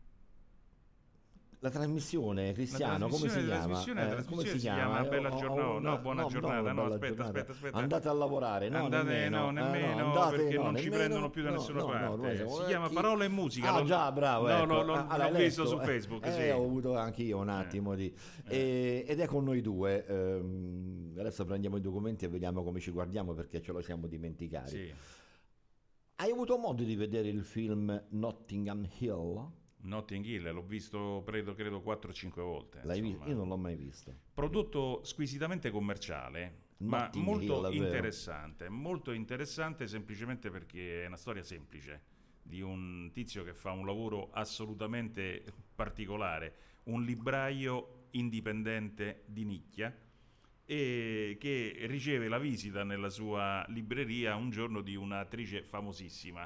la trasmissione, Cristiano, come si chiama? Come si chiama? Bella giornata, no, buona giornata, no, aspetta. Andate a lavorare, no, Andate, nemmeno, andate, perché non ci nemmeno, prendono più da nessuna parte. Si chiama chi- Parola e Musica. Ah, già, bravo. No, ecco. l'ho l'hai visto letto? su Facebook, sì. Ho avuto anche io un attimo di... ed è con noi due. Adesso prendiamo i documenti e vediamo come ci guardiamo perché ce lo siamo dimenticati. Sì. Hai avuto modo di vedere il film Notting Hill? Notting Hill, l'ho visto credo 4-5 volte. L'hai insomma. visto? Io non l'ho mai visto. Prodotto squisitamente commerciale, ma Notting molto Hill, molto interessante semplicemente perché è una storia semplice di un tizio che fa un lavoro assolutamente particolare, un libraio indipendente di nicchia e che riceve la visita nella sua libreria un giorno di un'attrice famosissima.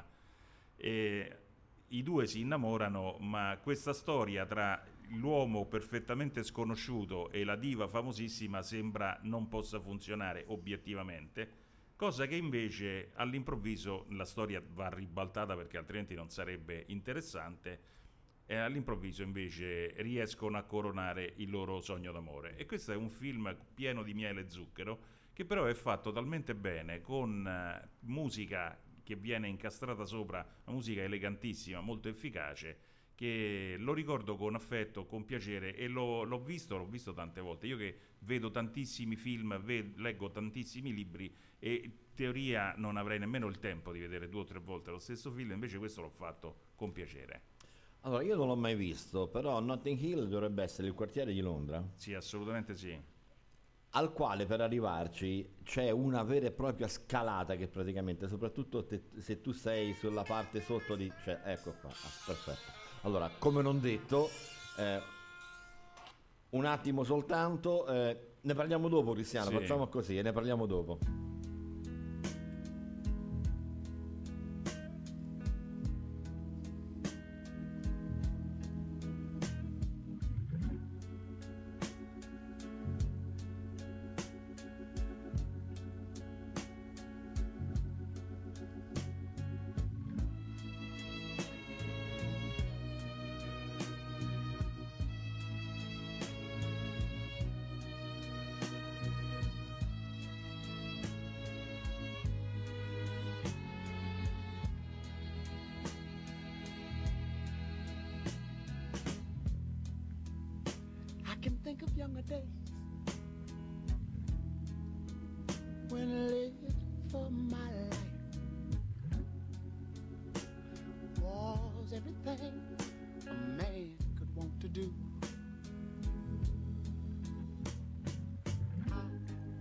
E i due si innamorano, ma questa storia tra l'uomo perfettamente sconosciuto e la diva famosissima sembra non possa funzionare obiettivamente, cosa che invece all'improvviso la storia va ribaltata perché altrimenti non sarebbe interessante, e all'improvviso invece riescono a coronare il loro sogno d'amore. E questo è un film pieno di miele e zucchero, che però è fatto talmente bene, con musica che viene incastrata sopra, una musica elegantissima, molto efficace, che lo ricordo con affetto, con piacere, e l'ho visto tante volte. Io che vedo tantissimi film, leggo tantissimi libri e in teoria non avrei nemmeno il tempo di vedere 2 o 3 volte lo stesso film, invece questo l'ho fatto con piacere. Allora, io non l'ho mai visto, però Notting Hill dovrebbe essere il quartiere di Londra, Sì, assolutamente sì. al quale per arrivarci c'è una vera e propria scalata che praticamente, soprattutto se tu sei sulla parte sotto di... cioè, ecco qua, perfetto. Allora, come non detto, un attimo soltanto, ne parliamo dopo, Cristiano, Sì. facciamo così e ne parliamo dopo.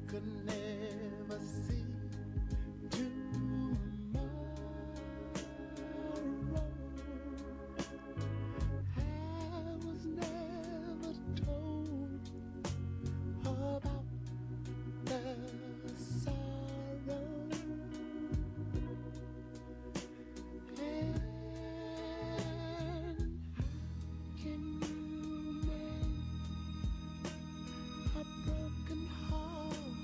could never see tomorrow. I was never told about the sorrow. And can you mend a broken heart?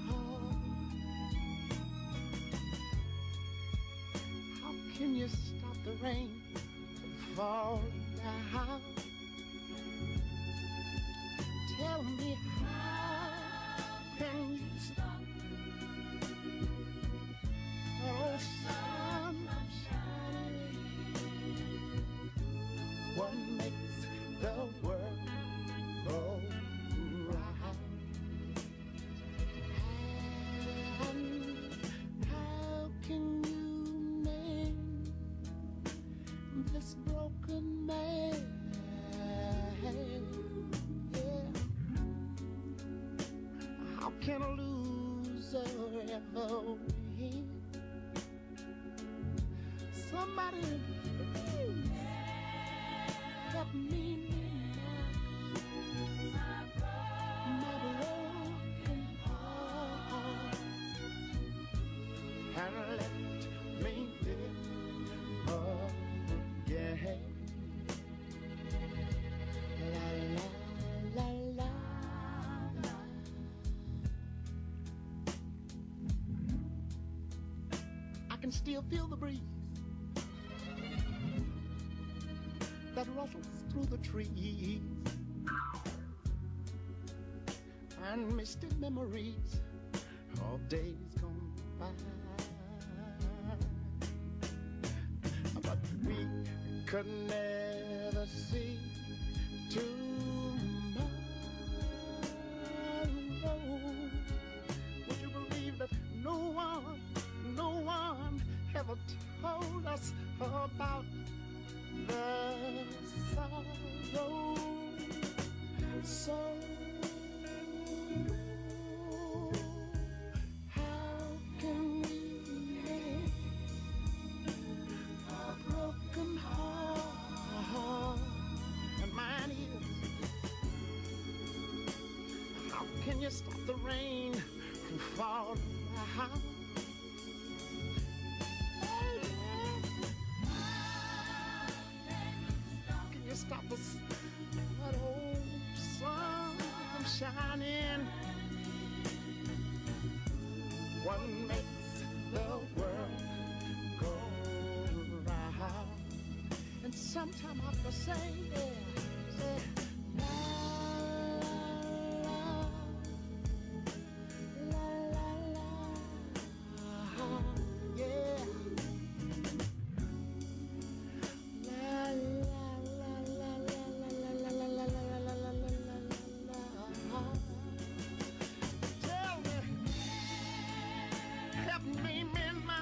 How can you stop the rain from falling down? Tell me how can you stop oh sun from shining? What makes the world go round? And how can you mend this broken man? Yeah. How can a loser ever win? Somebody please help me mend my broken heart and let me live again. La la la la. I can still feel the breeze that rustles through the trees and misty memories of days gone by. But we could never see tomorrow. Would you believe that no one ever told us about the sorrow? So how can we mend a broken heart? And mine is, how can you stop the rain from falling down? Can you stop us that old sun from shining? What makes the world go round? And sometime I have to say, la la la la la, yeah. La la la la la la la la la la la la. Tell me, help me mend my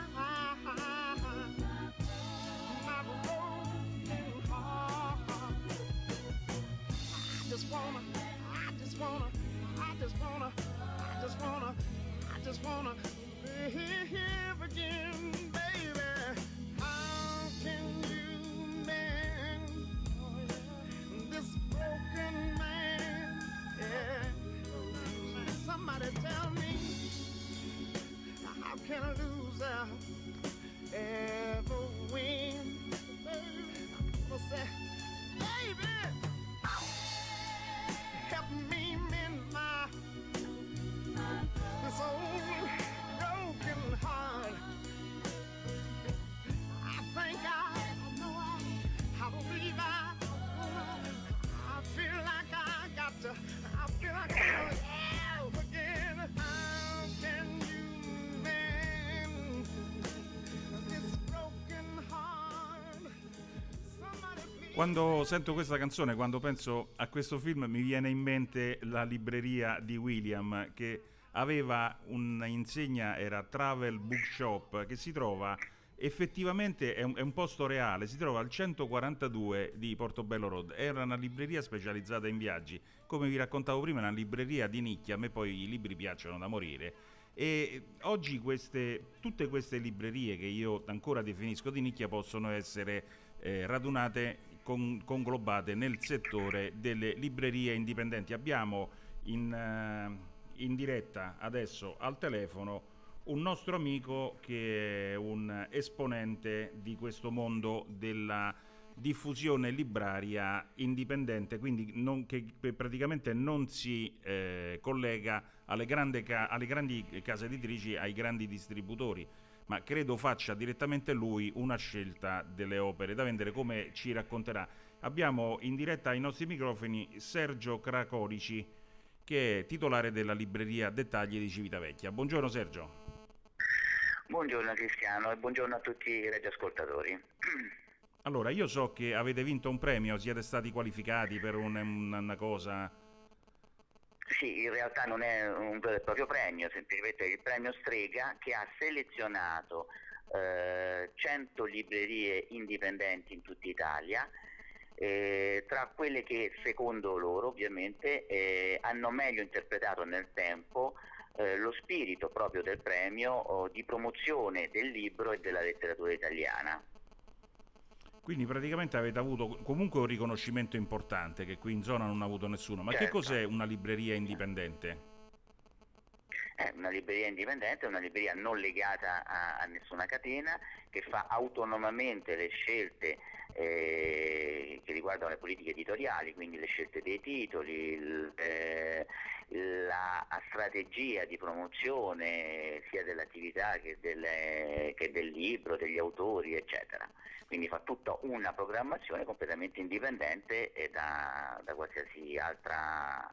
broken heart. I just wanna live again, baby. How can you mend this broken man? Yeah. Somebody tell me, how can a loser ever win? Baby, I'm gonna say, baby, help me mend this old broken heart. I think I believe I feel like I feel like I help again. How can you mend this broken heart? Somebody please. Quando sento questa canzone, quando penso a questo film, mi viene in mente la libreria di William, che aveva un'insegna, era Travel Bookshop, che si trova effettivamente è un posto reale, si trova al 142 di Portobello Road, era una libreria specializzata in viaggi, come vi raccontavo prima, una libreria di nicchia, a me poi i libri piacciono da morire, e oggi tutte queste librerie che io ancora definisco di nicchia possono essere radunate, conglobate nel settore delle librerie indipendenti. Abbiamo in diretta adesso al telefono un nostro amico che è un esponente di questo mondo della diffusione libraria indipendente, quindi che praticamente non si collega alle grandi case editrici, ai grandi distributori, ma credo faccia direttamente lui una scelta delle opere da vendere, come ci racconterà. Abbiamo in diretta ai nostri microfoni Sergio Cracolici, che è titolare della libreria Dettagli di Civitavecchia. Buongiorno Sergio. Buongiorno Cristiano e buongiorno a tutti i radioascoltatori. Allora, io so che avete vinto un premio, siete stati qualificati per una cosa... Sì, in realtà non è un vero e proprio premio, semplicemente il premio Strega, che ha selezionato 100 librerie indipendenti in tutta Italia, tra quelle che secondo loro ovviamente hanno meglio interpretato nel tempo lo spirito proprio del premio di promozione del libro e della letteratura italiana. Quindi praticamente avete avuto comunque un riconoscimento importante che qui in zona non ha avuto nessuno. Ma certo. Che cos'è una libreria indipendente? Una libreria indipendente è una libreria non legata a nessuna catena, che fa autonomamente le scelte che riguardano le politiche editoriali, quindi le scelte dei titoli, la strategia di promozione sia dell'attività che del libro, degli autori, eccetera. Quindi fa tutta una programmazione completamente indipendente da qualsiasi altra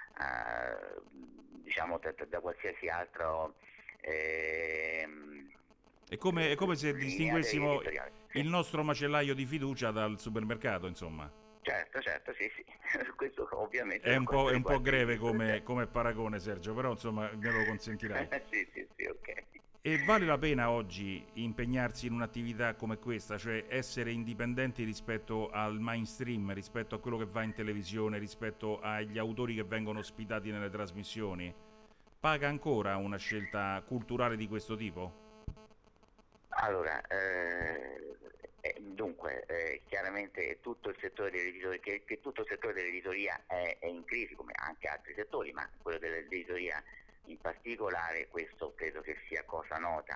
da qualsiasi altro è come se distinguessimo il nostro macellaio di fiducia dal supermercato, insomma. Certo, sì. Questo ovviamente è un po' greve come paragone, Sergio, però insomma me lo consentirai. sì, ok. E vale la pena oggi impegnarsi in un'attività come questa, cioè essere indipendenti rispetto al mainstream, rispetto a quello che va in televisione, rispetto agli autori che vengono ospitati nelle trasmissioni? Paga ancora una scelta culturale di questo tipo? Allora, dunque, chiaramente tutto il settore dell'editoria, che tutto il settore dell'editoria è in crisi, come anche altri settori, ma quello dell'editoria in particolare, questo credo che sia cosa nota.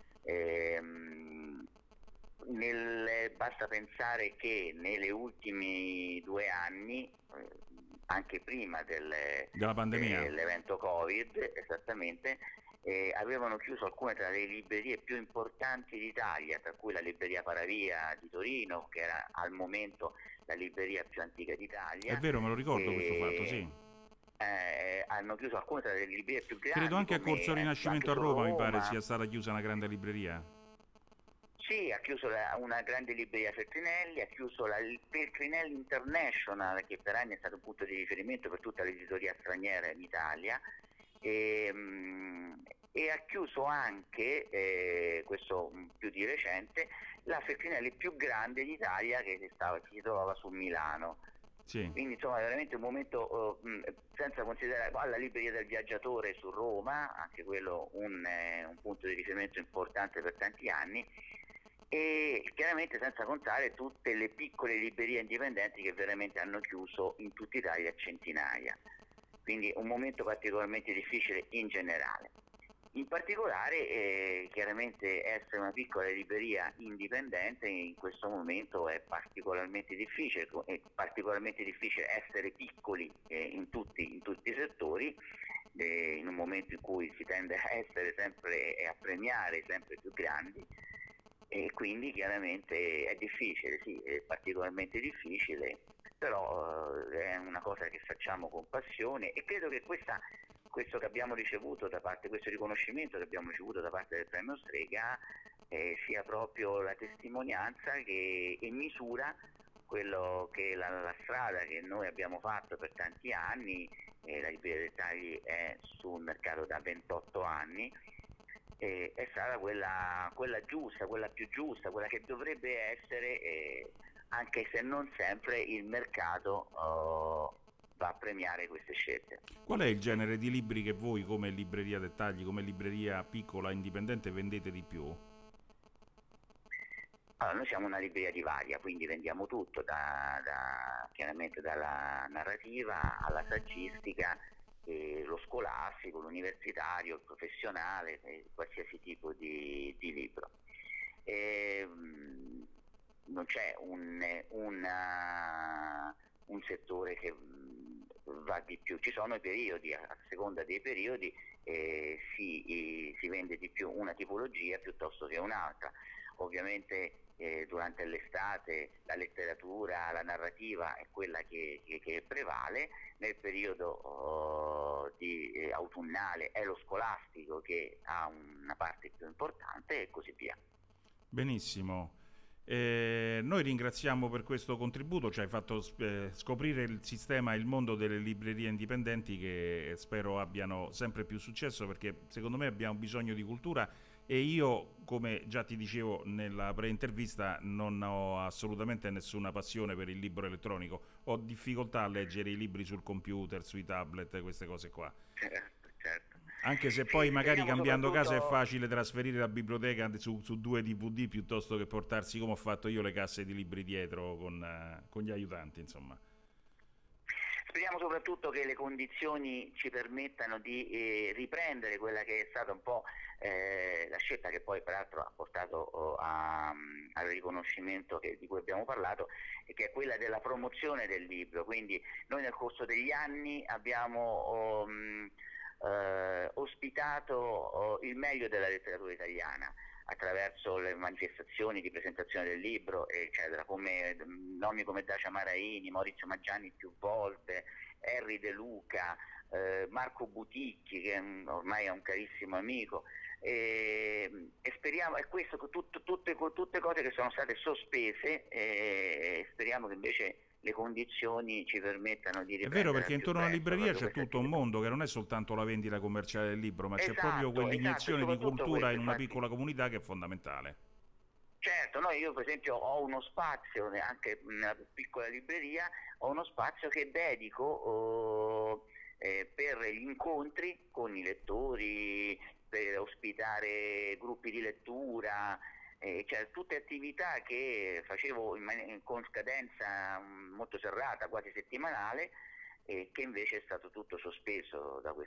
Basta pensare che negli ultimi 2 anni, anche prima della pandemia, dell'evento Covid, esattamente, avevano chiuso alcune tra le librerie più importanti d'Italia, tra cui la libreria Paravia di Torino, che era al momento la libreria più antica d'Italia. È vero, me lo ricordo questo fatto, sì. Hanno chiuso alcune tra le librerie più grandi. Credo anche a Corso Rinascimento a Roma mi pare sia stata chiusa una grande libreria. Sì, ha chiuso una grande libreria Feltrinelli, ha chiuso il Feltrinelli International, che per anni è stato un punto di riferimento per tutta l'editoria straniera in Italia, e ha chiuso anche, questo più di recente, la Feltrinelli più grande d'Italia, che si trovava su Milano. Sì. Quindi insomma è veramente un momento, senza considerare la libreria del viaggiatore su Roma, anche quello un punto di riferimento importante per tanti anni, e chiaramente senza contare tutte le piccole librerie indipendenti che veramente hanno chiuso in tutta Italia centinaia. Quindi un momento particolarmente difficile in generale. In particolare chiaramente essere una piccola libreria indipendente in questo momento è particolarmente difficile essere piccoli in tutti i settori, in un momento in cui si tende a essere sempre e a premiare sempre più grandi, e quindi chiaramente è difficile, sì, è particolarmente difficile, però è una cosa che facciamo con passione, e credo che questo che abbiamo ricevuto questo riconoscimento che abbiamo ricevuto da parte del premio Strega sia proprio la testimonianza e misura quello che la strada che noi abbiamo fatto per tanti anni. La libreria Dettagli è sul mercato da 28 anni, è stata quella giusta, quella più giusta, quella che dovrebbe essere, anche se non sempre il mercato va a premiare queste scelte. Qual è il genere di libri che voi come libreria Dettagli, come libreria piccola indipendente vendete di più? Allora, noi siamo una libreria di varia, quindi vendiamo tutto, chiaramente dalla narrativa alla saggistica, lo scolastico, l'universitario, il professionale, qualsiasi tipo di libro. Non c'è un settore che va di più, ci sono i periodi, a seconda dei periodi si vende di più una tipologia piuttosto che un'altra. Ovviamente durante l'estate la letteratura, la narrativa è quella che prevale, nel periodo autunnale è lo scolastico che ha una parte più importante e così via. Benissimo. Noi ringraziamo per questo contributo, ci hai fatto scoprire il sistema e il mondo delle librerie indipendenti che spero abbiano sempre più successo, perché secondo me abbiamo bisogno di cultura e io, come già ti dicevo nella pre-intervista, non ho assolutamente nessuna passione per il libro elettronico, ho difficoltà a leggere i libri sul computer, sui tablet, queste cose qua. Certo. Anche se poi magari cambiando casa è facile trasferire la biblioteca su 2 DVD piuttosto che portarsi, come ho fatto io, le casse di libri dietro con gli aiutanti, insomma. Speriamo soprattutto che le condizioni ci permettano di riprendere quella che è stata un po' la scelta che poi peraltro ha portato al riconoscimento di cui abbiamo parlato, e che è quella della promozione del libro. Quindi noi nel corso degli anni abbiamo ospitato il meglio della letteratura italiana attraverso le manifestazioni di presentazione del libro, eccetera, come nomi come Dacia Maraini, Maurizio Maggiani più volte, Henry De Luca, Marco Buticchi, che ormai è un carissimo amico, e speriamo, e questo tutte cose che sono state sospese, e speriamo che invece le condizioni ci permettano di riprendere. È vero, perché intorno alla libreria c'è tutto un mondo che non è soltanto la vendita commerciale del libro, ma c'è proprio quell'iniezione di cultura in una piccola comunità che è fondamentale. Certo, io per esempio ho uno spazio, anche nella piccola libreria, ho uno spazio che dedico per gli incontri con i lettori, per ospitare gruppi di lettura, cioè tutte attività che facevo con scadenza molto serrata, quasi settimanale, che invece è stato tutto sospeso da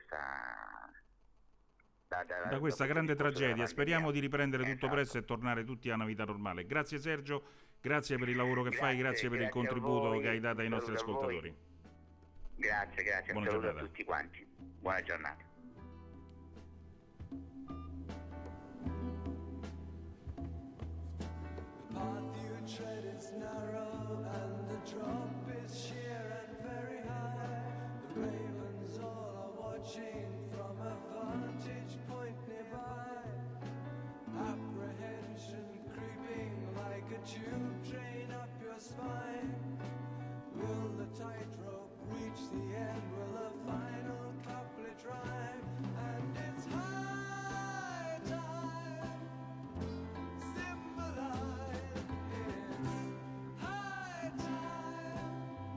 questa grande tragedia. Speriamo di riprendere tutto presto e tornare tutti a una vita normale. Grazie Sergio, grazie per il lavoro che fai, grazie per il contributo che hai dato ai nostri ascoltatori. Grazie, buona un saluto giornata a tutti quanti, buona giornata. The path you tread is narrow and the drop is sheer and very high. The ravens all are watching from a vantage point nearby. Apprehension creeping like a tube train up your spine. Will the tightrope reach the end? Will the final couplet rhyme? And it's high time. Symbolize, it's high time.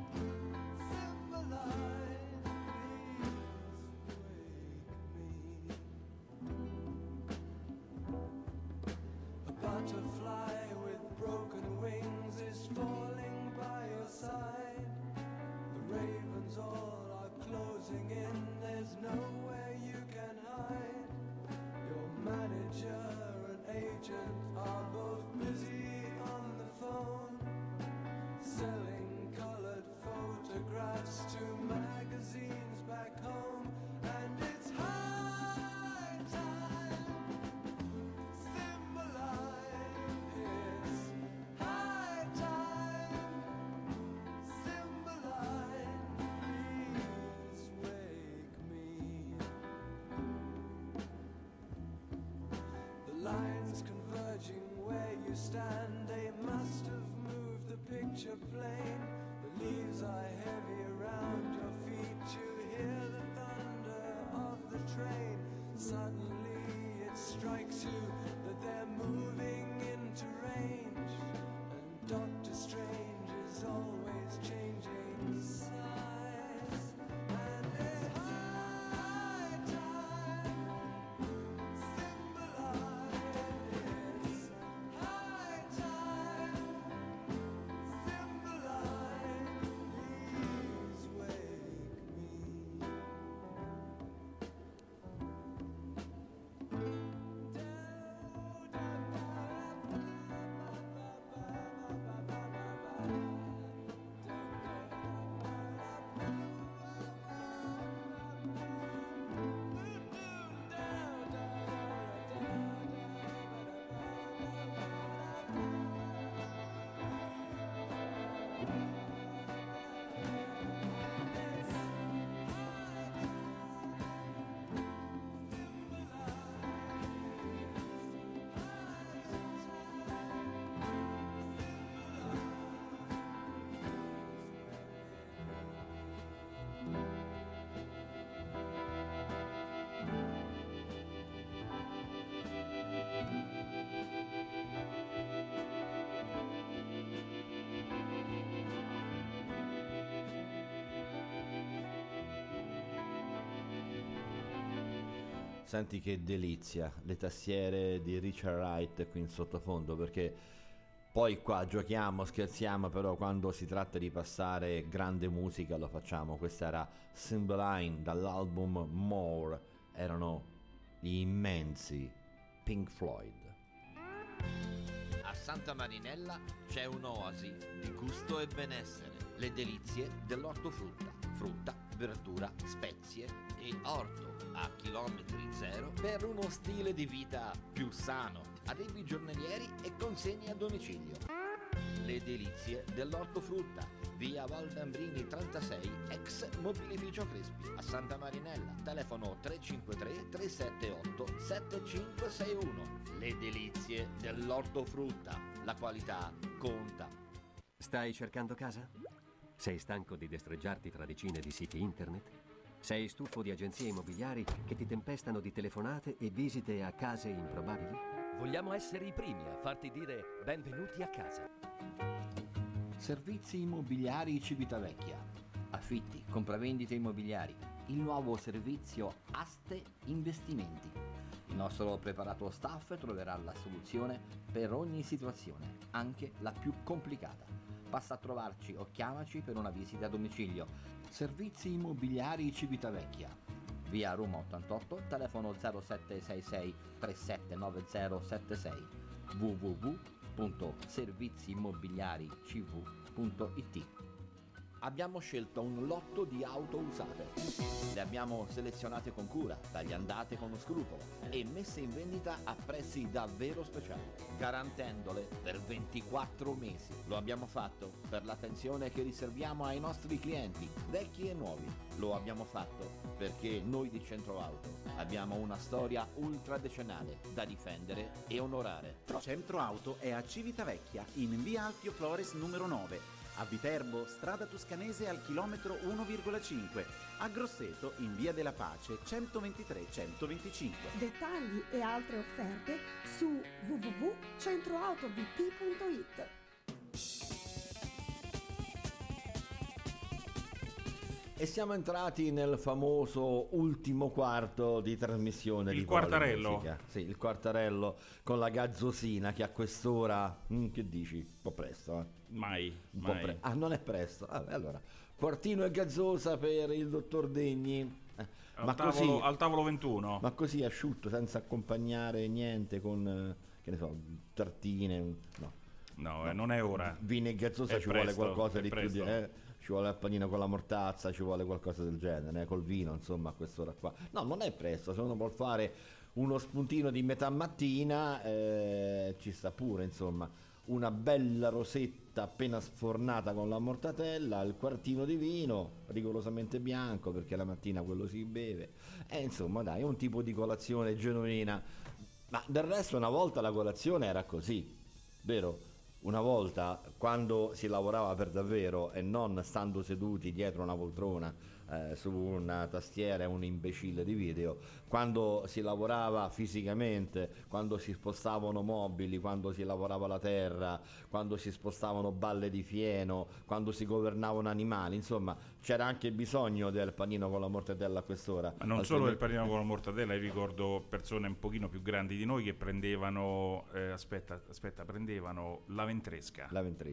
Symbolize, please wake me. A butterfly with broken wings is falling by your side. The ravens all are closing in, there's nowhere you can hide. Your manager and agent are both busy on the phone, selling colored photographs to magazines back home. And it's high time. Symbolize, it's high time. Symbolize, please wake me. The lines converging where you stand, they must have moved the picture plane. The leaves are heavy around your feet, you hear the thunder of the train. Suddenly it strikes Senti che delizia, le tastiere di Richard Wright qui in sottofondo, perché poi qua giochiamo, scherziamo, però quando si tratta di passare grande musica lo facciamo. Questa era Cymbeline dall'album More, erano gli immensi Pink Floyd. A Santa Marinella c'è un'oasi di gusto e benessere, le delizie dell'ortofrutta, frutta, verdura, spezie e orto a chilometri zero per uno stile di vita più sano, arrivi giornalieri e consegne a domicilio. Le delizie dell'ortofrutta, via Valdambrini 36, ex mobilificio Crespi, a Santa Marinella, telefono 353 378 7561. Le delizie dell'ortofrutta, la qualità conta. Stai cercando casa? Sei stanco di destreggiarti tra decine di siti internet? Sei stufo di agenzie immobiliari che ti tempestano di telefonate e visite a case improbabili? Vogliamo essere i primi a farti dire benvenuti a casa. Servizi immobiliari Civitavecchia. Affitti, compravendite immobiliari. Il nuovo servizio Aste Investimenti. Il nostro preparato staff troverà la soluzione per ogni situazione, anche la più complicata. Passa a trovarci o chiamaci per una visita a domicilio. Servizi immobiliari Civitavecchia. Via Roma 88, telefono 0766 379076. www.serviziimmobiliaricv.it. Abbiamo scelto un lotto di auto usate. Le abbiamo selezionate con cura, tagliandate con scrupolo e messe in vendita a prezzi davvero speciali, garantendole per 24 mesi. Lo abbiamo fatto per l'attenzione che riserviamo ai nostri clienti, vecchi e nuovi. Lo abbiamo fatto perché noi di Centro Auto abbiamo una storia ultradecennale da difendere e onorare. Centro Auto è a Civitavecchia, in via Alfio Flores numero 9. A Viterbo, strada toscanese al chilometro 1,5. A Grosseto, in via della Pace, 123-125. Dettagli e altre offerte su www.centroautovt.it. E siamo entrati nel famoso ultimo quarto di trasmissione Il di quartarello. Musica. Sì, il quartarello con la gazzosina che a quest'ora, che dici? Un po' presto, eh? Mai. Ah, non è presto. Allora, quartino e gazzosa per il dottor Degni. Al tavolo 21. Ma così asciutto, senza accompagnare niente con, che ne so, tartine, no. Non è ora. Vino e gazzosa È ci presto, vuole qualcosa è di presto. più ci vuole il panino con la mortazza, ci vuole qualcosa del genere, col vino, insomma, a quest'ora qua. No, non è presto, se uno vuol fare uno spuntino di metà mattina, ci sta pure, insomma. Una bella rosetta appena sfornata con la mortatella, il quartino di vino, rigorosamente bianco, perché la mattina quello si beve. Insomma, dai, è un tipo di colazione genuina. Ma del resto una volta la colazione era così, vero? Una volta, quando si lavorava per davvero e non stando seduti dietro una poltrona su una tastiera e un imbecille di video, quando si lavorava fisicamente, quando si spostavano mobili, quando si lavorava la terra, quando si spostavano balle di fieno, quando si governavano animali, insomma c'era anche bisogno del panino con la mortadella a quest'ora. Ma non solo del panino con la mortadella, io ricordo persone un pochino più grandi di noi che prendevano prendevano la ventresca.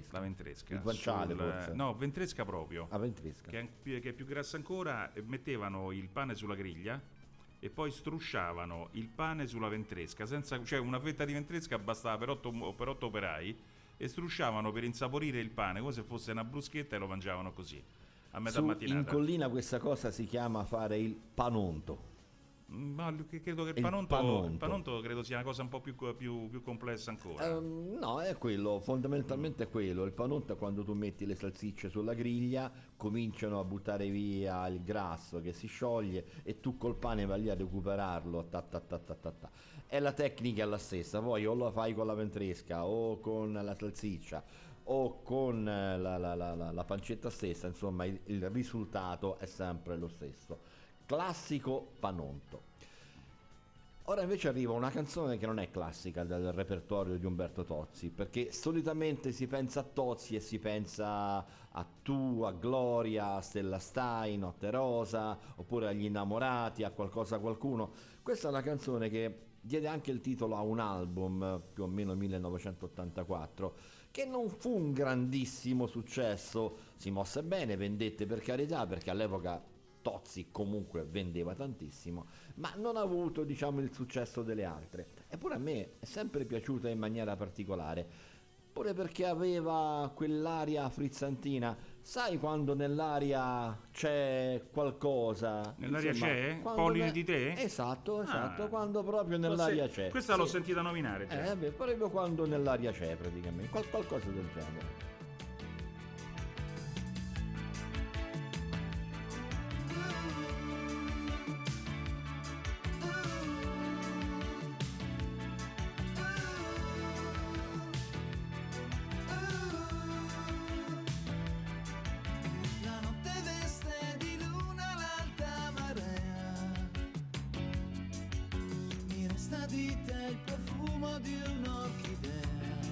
Il guanciale forse. No, ventresca proprio. Ventresca. Che è più grassa ancora, mettevano il pane sulla griglia e poi strusciavano il pane sulla ventresca, cioè una fetta di ventresca bastava per 8 operai, e strusciavano per insaporire il pane come se fosse una bruschetta e lo mangiavano così a metà mattinata. In collina questa cosa si chiama fare il panonto. Ma credo che il panonto credo sia una cosa un po' più complessa ancora. No, è quello, fondamentalmente è quello. Il panonto è quando tu metti le salsicce sulla griglia, cominciano a buttare via il grasso che si scioglie e tu col pane vai lì a recuperarlo. E la tecnica è la stessa, poi o lo fai con la ventresca o con la salsiccia o con la pancetta stessa, insomma il risultato è sempre lo stesso. Classico panonto. Ora invece arriva una canzone che non è classica del repertorio di Umberto Tozzi, perché solitamente si pensa a Tozzi e si pensa a Tu, a Gloria, a Stella Stai, Notte Rosa, oppure agli Innamorati, a Qualcosa Qualcuno. Questa è una canzone che diede anche il titolo a un album, più o meno 1984, che non fu un grandissimo successo, si mosse bene, vendette per carità, perché all'epoca Tozzi comunque vendeva tantissimo, ma non ha avuto, diciamo, il successo delle altre. Eppure a me è sempre piaciuta in maniera particolare, pure perché aveva quell'aria frizzantina. Sai quando nell'aria c'è qualcosa? Nell'aria Insomma, c'è? quando Polline di te? Esatto, quando proprio nell'aria c'è. Questa l'ho sentita nominare già. Proprio quando nell'aria c'è, praticamente, qualcosa del genere. La notte veste di luna l'alta marea, mi resta di te il profumo di un'orchidea,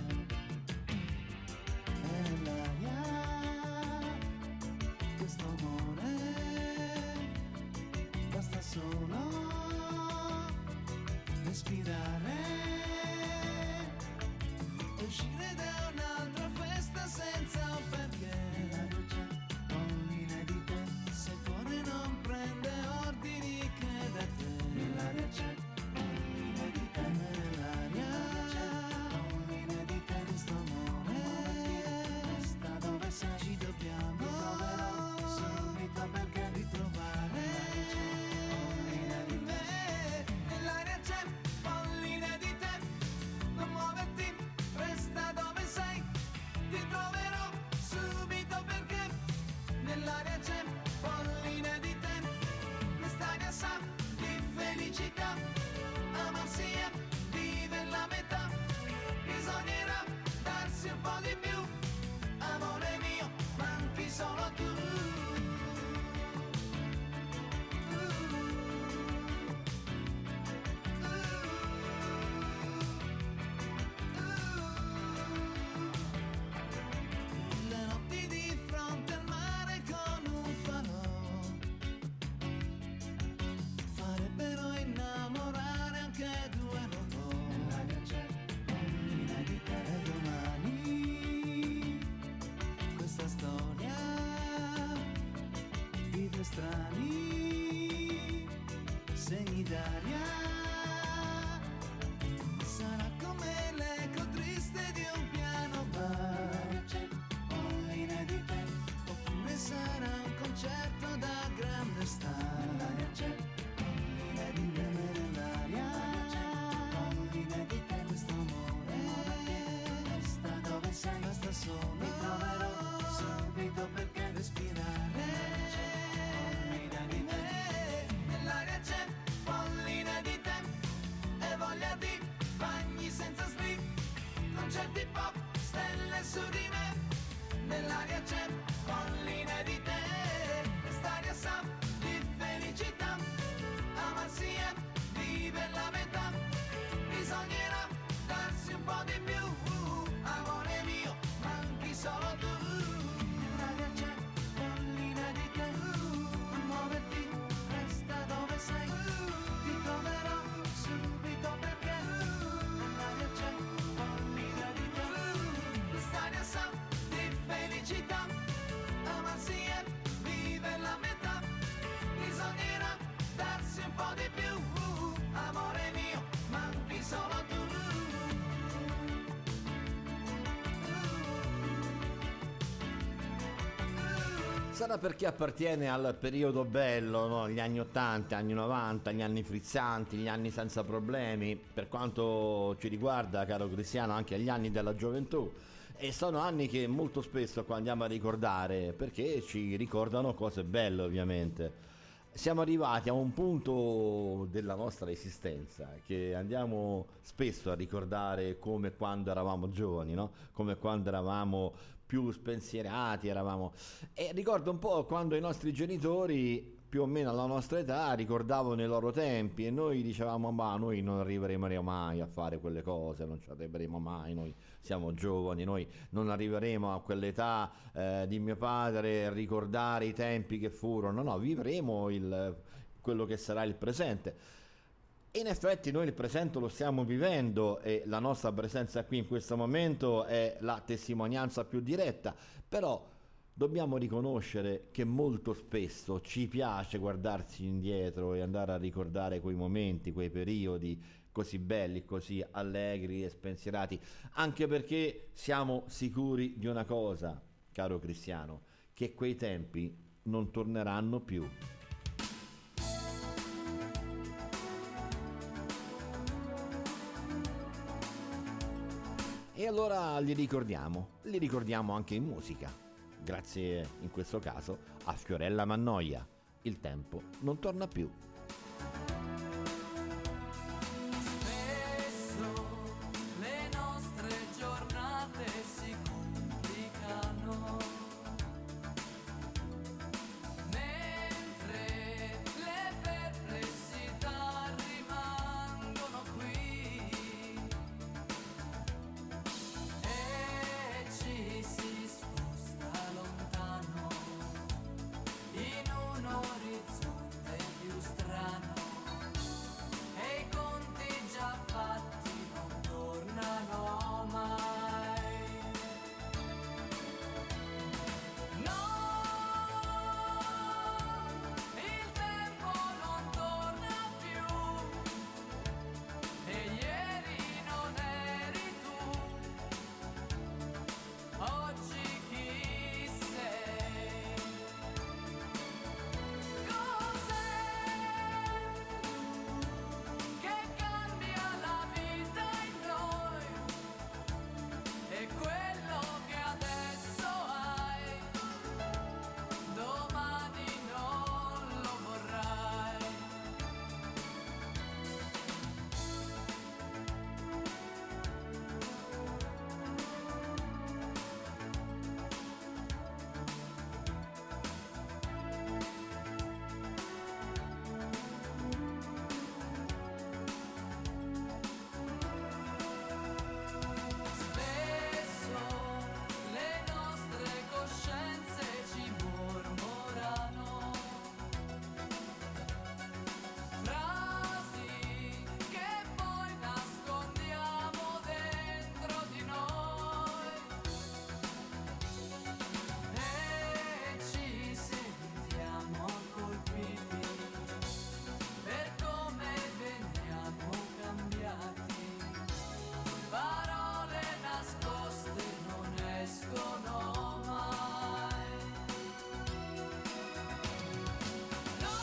e nell'aria questo amore basta solo respirare e uscire da un'altra festa senza un perché. Polline di te, se il cuore non prende ordini che da te. Nell'aria c'è polline di te, nell'aria c'è polline di te, questo amore resta dove sei, ci dobbiamo troverò subito perché ritrovare. Polline di te, nell'aria c'è polline di te, non muoverti, resta dove sei, ti troverò subito perché nell'aria c'è polline di te, quest'aria sa di felicità, amarsi e vive la metà, bisognerà darsi un po' di più, amore mio, manchi solo tu. Le notti di fronte al mare con un falò farebbero innamorare anche due robot. Nell'aria c'è polline di te e domani questa storia di due strani segni d'aria sarà come l'eco triste di un piano bar. C'è polline di te, oppure sarà un concerto da grande star. C'è polline di te, nell'aria c'è polline di te, questo amore resta dove sei, basta solo mi troverò subito perché respirare. C'è polline di te, nell'aria c'è polline di te, e voglia di bagni senza slip, concerti pop, stelle su di me. Nell'aria c'è polline di te, quest'aria sa di felicità, amarsi e vive la metà, bisognerà darsi un po' di più, amore mio, manchi solo tu. Nell'aria c'è polline di te, non muoverti, resta dove sei, ti troverò subito perché nell'aria c'è polline di te, quest'aria sa di felicità, amarsi e vive la metà, bisognerà darsi un po' di più, amore mio, manchi solo tu. Sarà perché appartiene al periodo bello, no? Gli anni 80, anni 90, gli anni frizzanti, gli anni senza problemi, per quanto ci riguarda, caro Cristiano, anche gli anni della gioventù. E sono anni che molto spesso qua andiamo a ricordare, perché ci ricordano cose belle, ovviamente. Siamo arrivati a un punto della nostra esistenza che andiamo spesso a ricordare come quando eravamo giovani, no? Come quando eravamo più spensierati, eravamo... E ricordo un po' quando i nostri genitori più o meno alla nostra età ricordavano i loro tempi e noi dicevamo ma noi non arriveremo mai a fare quelle cose, non ci arriveremo mai, noi siamo giovani, noi non arriveremo a quell'età di mio padre a ricordare i tempi che furono, no, vivremo quello che sarà il presente. E in effetti noi il presente lo stiamo vivendo e la nostra presenza qui in questo momento è la testimonianza più diretta, però dobbiamo riconoscere che molto spesso ci piace guardarsi indietro e andare a ricordare quei momenti, quei periodi così belli, così allegri e spensierati, anche perché siamo sicuri di una cosa, caro Cristiano, che quei tempi non torneranno più. E allora li ricordiamo anche in musica. Grazie in questo caso a Fiorella Mannoia. Il tempo non torna più. Spesso le nostre giornate si complicano, mentre le perplessità rimangono qui e ci si sposta lontano in un orizzonte più strano e i conti già fatti non tornano mai. No, il tempo non torna più e ieri non eri tu, oggi chi sei? Cos'è che cambia la vita in noi? E quello che adesso hai, domani non lo vorrai. Spesso le nostre coscienze ci mormorano frasi che poi nascondiamo dentro di noi e ci sentiamo colpiti per come veniamo cambiati. Parole nascoste non escono mai. No,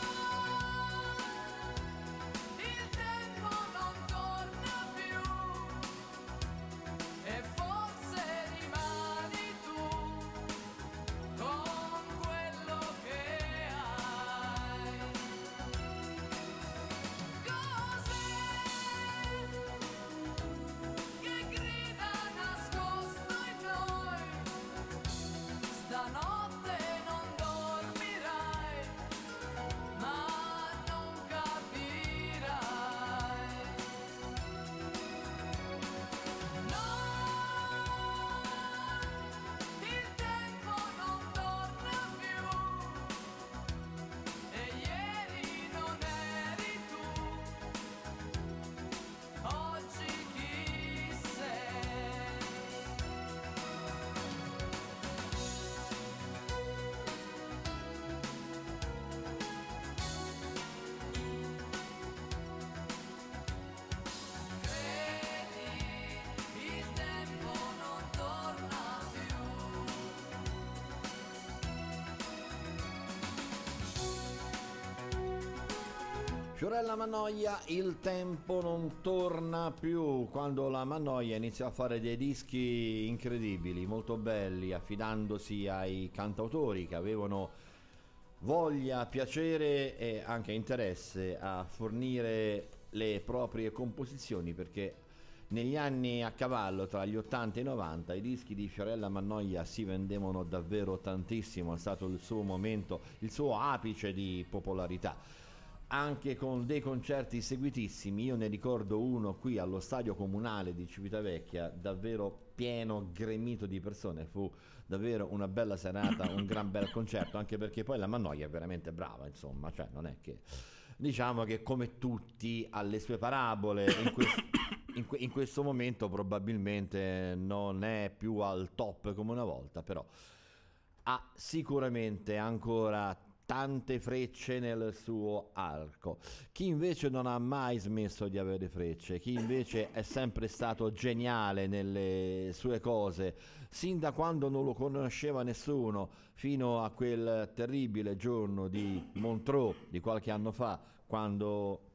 il tempo non torna più e forse rimani tu con quello che hai. Che grida nascosto in noi, stanotte non dormirai, ma non capirai. No, il tempo non torna più e ieri non eri tu, oggi chi sei? Credi, il tempo non torna più. Fiorella Mannoia, il tempo non torna più, quando la Mannoia iniziò a fare dei dischi incredibili, molto belli, affidandosi ai cantautori che avevano voglia, piacere e anche interesse a fornire le proprie composizioni, perché Negli anni a cavallo tra gli 80 e i 90 i dischi di Fiorella Mannoia si vendevano davvero tantissimo, è stato il suo momento, il suo apice di popolarità, anche con dei concerti seguitissimi. Io ne ricordo uno qui allo stadio comunale di Civitavecchia, davvero pieno, gremito di persone. Fu davvero una bella serata, un gran bel concerto, anche perché poi la Mannoia è veramente brava, insomma, cioè non è che, diciamo che come tutti ha le sue parabole. In questo momento probabilmente non è più al top come una volta, però ha sicuramente ancora tante frecce nel suo arco. Chi invece non ha mai smesso di avere frecce, chi invece è sempre stato geniale nelle sue cose, sin da quando non lo conosceva nessuno, fino a quel terribile giorno di Montreux di qualche anno fa, quando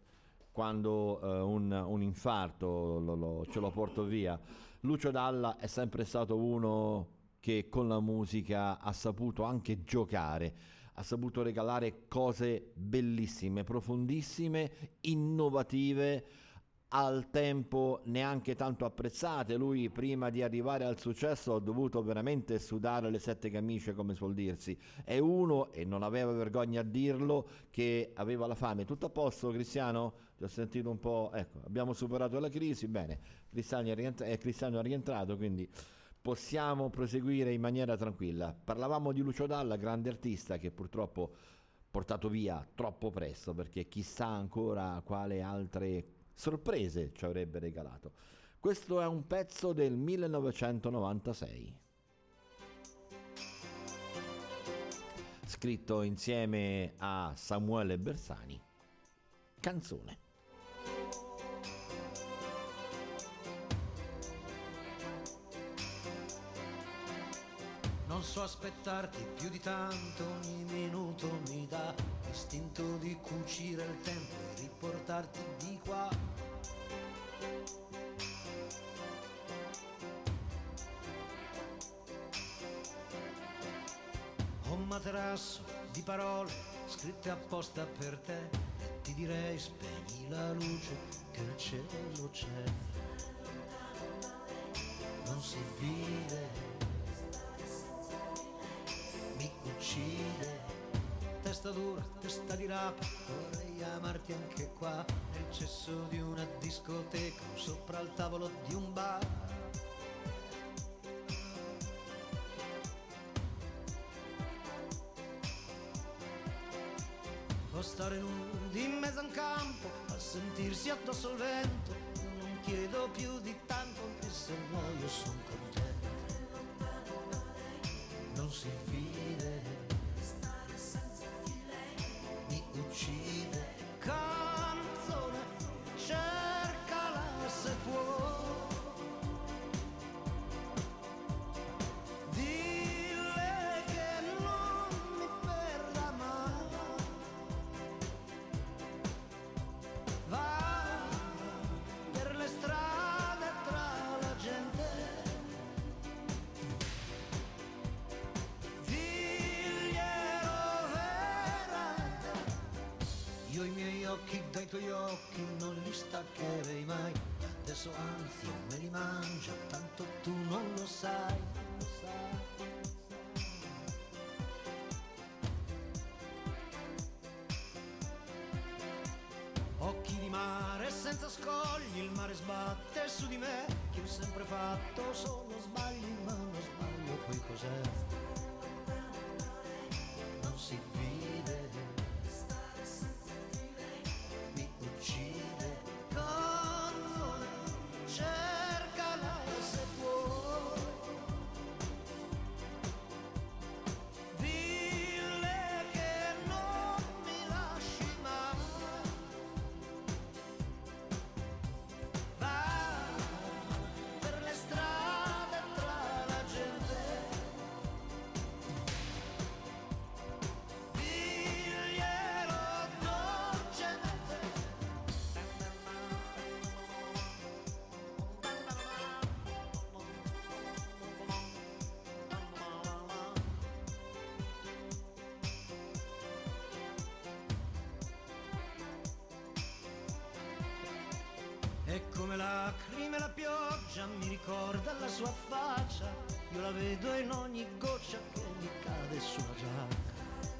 un infarto ce lo portò via. Lucio Dalla è sempre stato uno che con la musica ha saputo anche giocare, ha saputo regalare cose bellissime, profondissime, innovative, al tempo neanche tanto apprezzate. Lui, prima di arrivare al successo, ha dovuto veramente sudare le 7 camicie, come suol dirsi. È uno, e non aveva vergogna a dirlo, che aveva la fame. Tutto a posto, Cristiano? Ti ho sentito un po'... Ecco, abbiamo superato la crisi, bene. Cristiano è rientrato, quindi possiamo proseguire in maniera tranquilla. Parlavamo di Lucio Dalla, grande artista che purtroppo portato via troppo presto, perché chissà ancora quale altre sorprese ci avrebbe regalato. Questo è un pezzo del 1996, scritto insieme a Samuele Bersani. Canzone. Non so aspettarti più di tanto, ogni minuto mi dà l'istinto di cucire il tempo e riportarti di qua. Ho un materasso di parole scritte apposta per te e ti direi spegni la luce che il cielo c'è. Non si vede, mi uccide, testa dura, testa di rapa, vorrei amarti anche qua, nel cesso di una discoteca, sopra il tavolo di un bar. O stare nudi in mezzo a un campo, a sentirsi addosso al vento, io non chiedo più di tanto, anche se muoio son con te. Non si vede, mi uccide. Canzone, cercala se può, dille che non mi perda mai. Va per le strade tra la gente, io i miei occhi dai tuoi occhi non li staccherei mai. Adesso anzi io me li mangio, tanto tu non lo sai, non lo sai. Occhi di mare senza scogli, il mare sbatte su di me, che ho sempre fatto solo sbagli, ma non sbaglio poi cos'è? Non si vede, mi uccide. Canzone, cercala se puoi, dille che non mi lasci mai. Va per le strade tra la gente, E come lacrime la pioggia mi ricorda la sua faccia, io la vedo in ogni goccia che mi cade sulla giacca.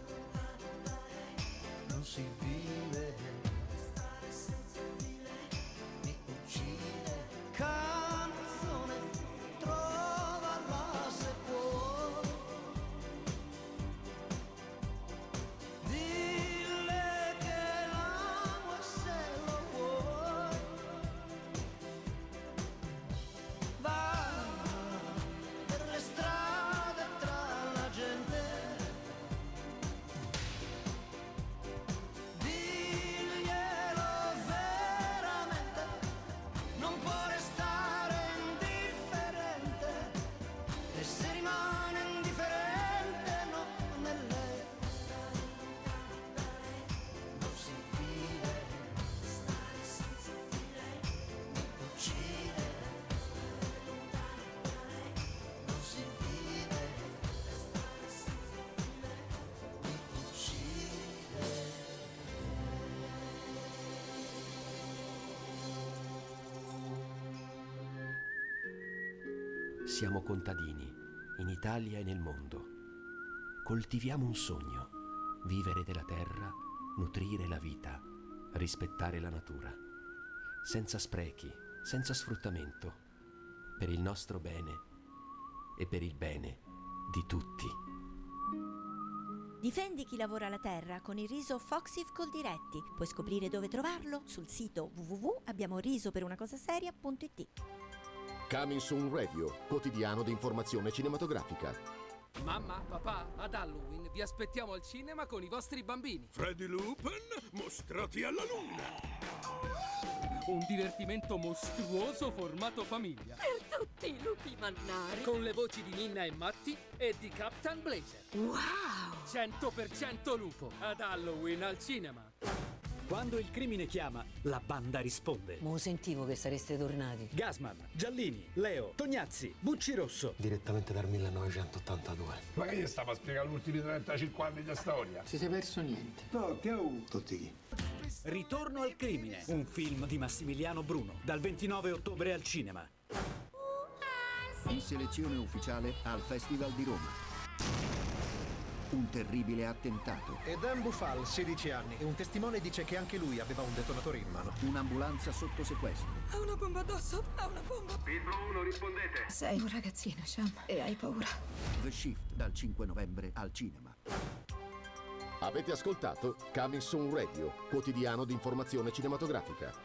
Non si vive, mi uccide. Canzone, trovala se puoi, dille che l'amo e se lo vuoi. Va per le strade tra la gente, diglielo veramente, non può restare indifferente, e se rimane indifferente non è lei. Non si vive, mi uccide. Non si vive, mi uccide. Siamo contadini, in Italia e nel mondo. Coltiviamo un sogno, vivere della terra, nutrire la vita, rispettare la natura. Senza sprechi, senza sfruttamento, per il nostro bene e per il bene di tutti. Difendi chi lavora la terra con il riso Foxif Coldiretti. Puoi scoprire dove trovarlo sul sito www.abbiamorisoperunacosaseria.it. Coming Soon Radio, quotidiano di informazione cinematografica. Mamma, papà, ad Halloween vi aspettiamo al cinema con i vostri bambini. Freddy Lupin, mostrati alla luna. Un divertimento mostruoso formato famiglia. Per tutti i lupi mannari. Con le voci di Ninna e Matti e di Captain Blazer. Wow! 100% lupo. Ad Halloween al cinema. Quando il crimine chiama, la banda risponde. Mo sentivo che sareste tornati. Gasman, Giallini, Leo, Tognazzi, Bucci Rosso. Direttamente dal 1982. Ma che gli stava a spiegare gli ultimi 35 anni di storia? Si sei perso niente. Tutti chi? Ritorno al crimine, un film di Massimiliano Bruno, dal 29 ottobre al cinema. In selezione ufficiale al Festival di Roma. Un terribile attentato. E Dan Buffal, 16 anni. E un testimone dice che anche lui aveva un detonatore in mano. Un'ambulanza sotto sequestro. Ha una bomba addosso, ha una bomba. Pitbull 1, rispondete. Sei un ragazzino, Sham, e hai paura. The Shift, dal 5 novembre al cinema. Avete ascoltato Coming Soon Radio, quotidiano di informazione cinematografica.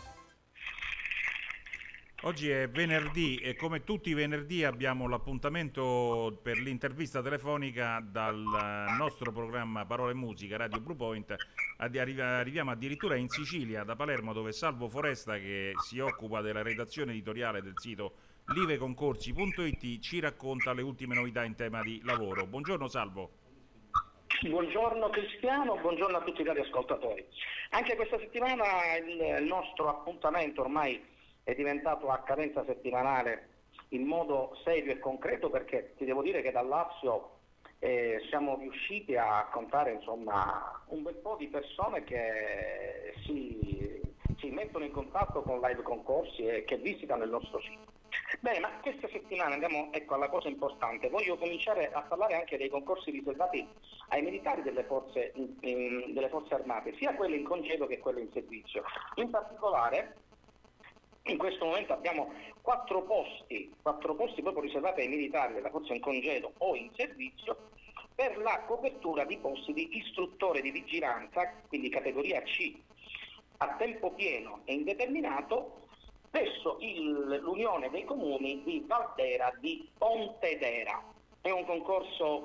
Oggi è venerdì e come tutti i venerdì abbiamo l'appuntamento per l'intervista telefonica dal nostro programma Parole e Musica, Radio Blue Point. Arriviamo addirittura in Sicilia, da Palermo, dove Salvo Foresta, che si occupa della redazione editoriale del sito liveconcorsi.it, ci racconta le ultime novità in tema di lavoro. Buongiorno Salvo. Buongiorno Cristiano, buongiorno a tutti i radioascoltatori. Anche questa settimana il nostro appuntamento ormai è diventato a cadenza settimanale in modo serio e concreto, perché ti devo dire che dal Lazio siamo riusciti a contare insomma un bel po' di persone che si mettono in contatto con Live Concorsi e che visitano il nostro sito. Bene, ma questa settimana andiamo alla cosa importante. Voglio cominciare a parlare anche dei concorsi riservati ai militari delle forze armate, sia quelli in congedo che quelli in servizio. In particolare in questo momento abbiamo 4 posti proprio riservati ai militari della forza in congedo o in servizio per la copertura di posti di istruttore di vigilanza, quindi categoria C, a tempo pieno e indeterminato presso l'Unione dei Comuni di Valdera di Pontedera. È un concorso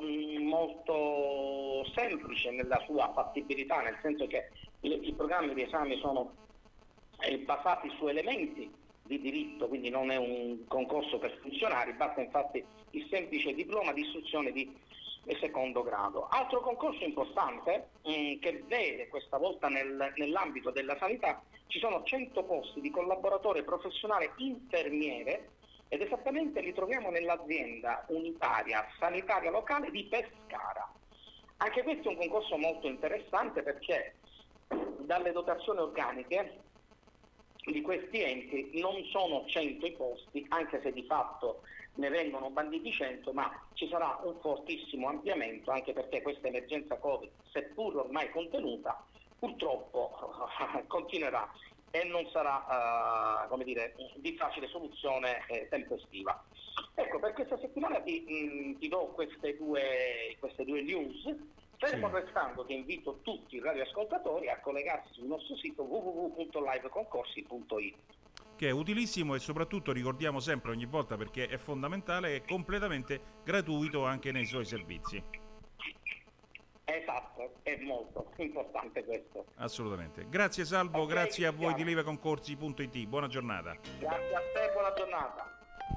molto semplice nella sua fattibilità, nel senso che i programmi di esame sono basati su elementi di diritto, quindi non è un concorso per funzionari, basta infatti il semplice diploma di istruzione di secondo grado. Altro concorso importante che vede questa volta nell'ambito della sanità, ci sono 100 posti di collaboratore professionale infermiere ed esattamente li troviamo nell'azienda unitaria sanitaria locale di Pescara. Anche questo è un concorso molto interessante perché dalle dotazioni organiche di questi enti non sono 100 i posti, anche se di fatto ne vengono banditi 100, ma ci sarà un fortissimo ampliamento, anche perché questa emergenza Covid, seppur ormai contenuta, purtroppo continuerà e non sarà di facile soluzione tempestiva. Ecco, per questa settimana ti do queste due news, fermo restando che invito tutti i radioascoltatori a collegarsi sul nostro sito www.liveconcorsi.it, che è utilissimo e soprattutto, ricordiamo sempre ogni volta perché è fondamentale, è completamente gratuito anche nei suoi servizi. Esatto, è molto importante questo. Assolutamente. Grazie Salvo, Ok, grazie a voi di liveconcorsi.it, buona giornata. Grazie a te, buona giornata.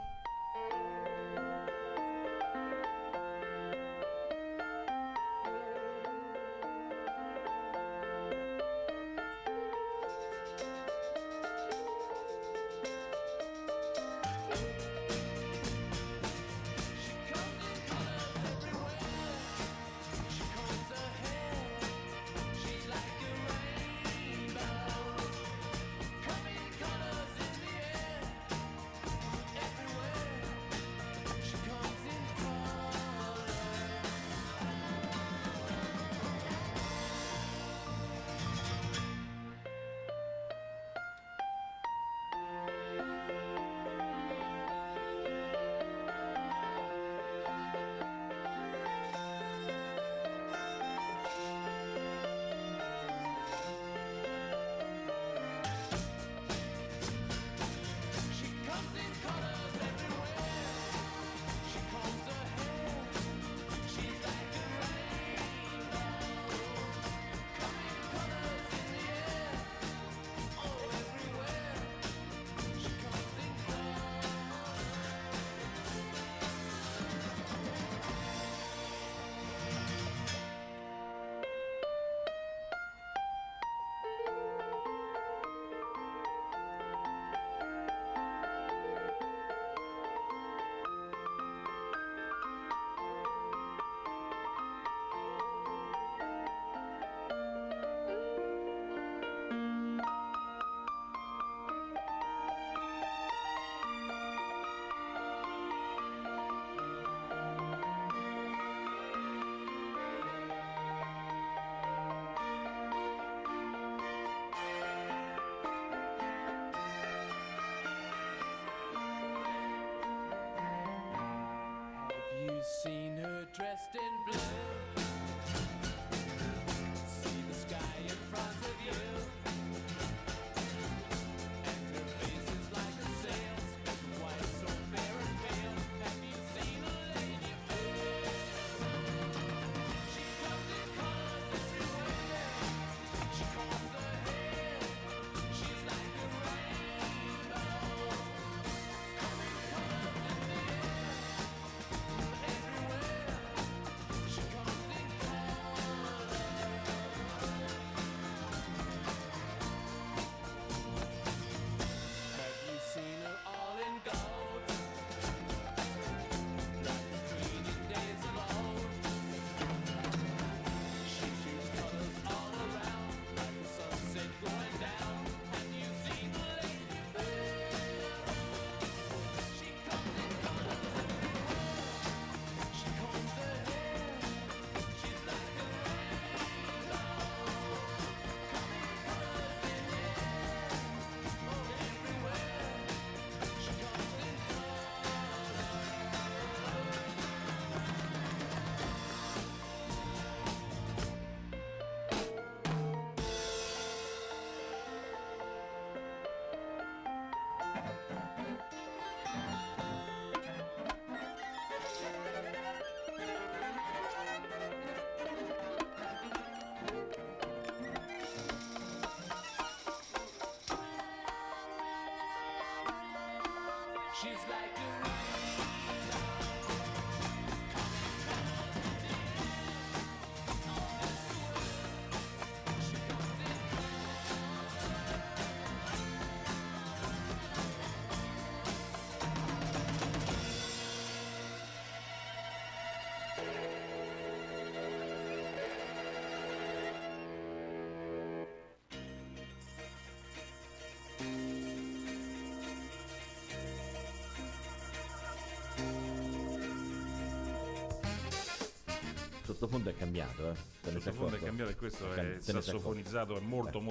Seen her dressed in blue. See the sky in front of you, and her face is like a sail, spinning white, so fair and pale. Have you seen a lady fair? She comes in colors everywhere. She combs her hair. She's like a rainbow. Coming colors in the air. She's like a sottofondo è cambiato, Il sottofondo è cambiato e questo è sassofonizzato, è molto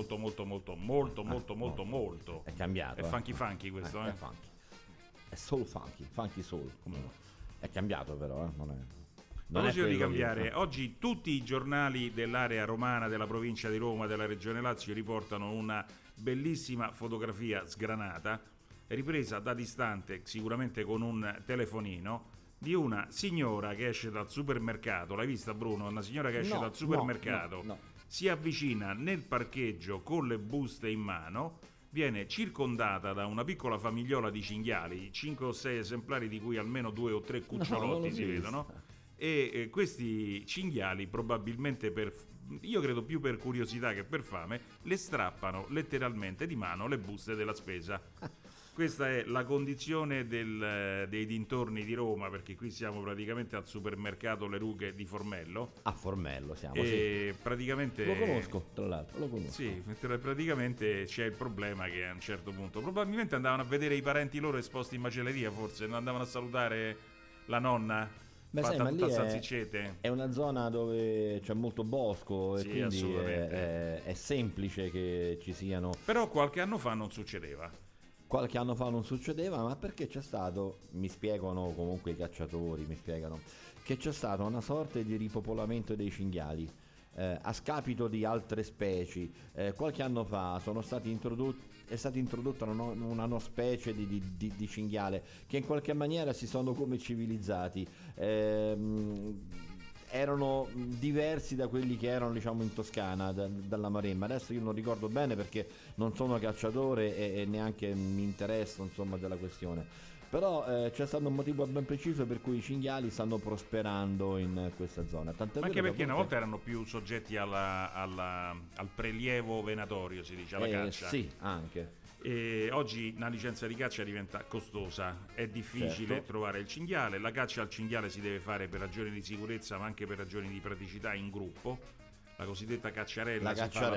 è cambiato. È funky questo, È funky. È soul funky soul, come no. È cambiato però, non è. A proposito di cambiare, oggi tutti i giornali dell'area romana, della provincia di Roma, della regione Lazio riportano una bellissima fotografia sgranata, ripresa da distante, sicuramente con un telefonino, di una signora che esce dal supermercato. L'hai vista, Bruno? Una signora che esce dal supermercato, no. si avvicina nel parcheggio con le buste in mano, viene circondata da una piccola famigliola di cinghiali, 5 o 6 esemplari di cui almeno 2 o 3 cucciolotti si vedono, e questi cinghiali probabilmente io credo più per curiosità che per fame, le strappano letteralmente di mano le buste della spesa. Questa è la condizione dei dintorni di Roma, perché qui siamo praticamente al supermercato Le Rughe di Formello. A Formello siamo, e praticamente lo conosco, tra l'altro, lo conosco. Sì, praticamente c'è il problema che a un certo punto probabilmente andavano a vedere i parenti loro esposti in macelleria, forse non andavano a salutare la nonna. Fatta ma tutta lì salsiccette. È una zona dove c'è molto bosco e sì, quindi è semplice che ci siano. Però qualche anno fa non succedeva. Qualche anno fa non succedeva, ma perché c'è stato, mi spiegano comunque i cacciatori, che c'è stato una sorta di ripopolamento dei cinghiali a scapito di altre specie. Qualche anno fa è stata introdotta una specie di cinghiale che in qualche maniera si sono come civilizzati. Erano diversi da quelli che erano, diciamo, in Toscana, dalla Maremma. Adesso io non ricordo bene perché non sono cacciatore e neanche mi interesso, insomma, della questione. Però c'è stato un motivo ben preciso per cui i cinghiali stanno prosperando in questa zona. Anche perché una volta erano più soggetti al prelievo venatorio, si dice, alla caccia. Sì, anche. E oggi una licenza di caccia diventa costosa, è difficile trovare il cinghiale. La caccia al cinghiale si deve fare per ragioni di sicurezza, ma anche per ragioni di praticità in gruppo. La cosiddetta cacciarella,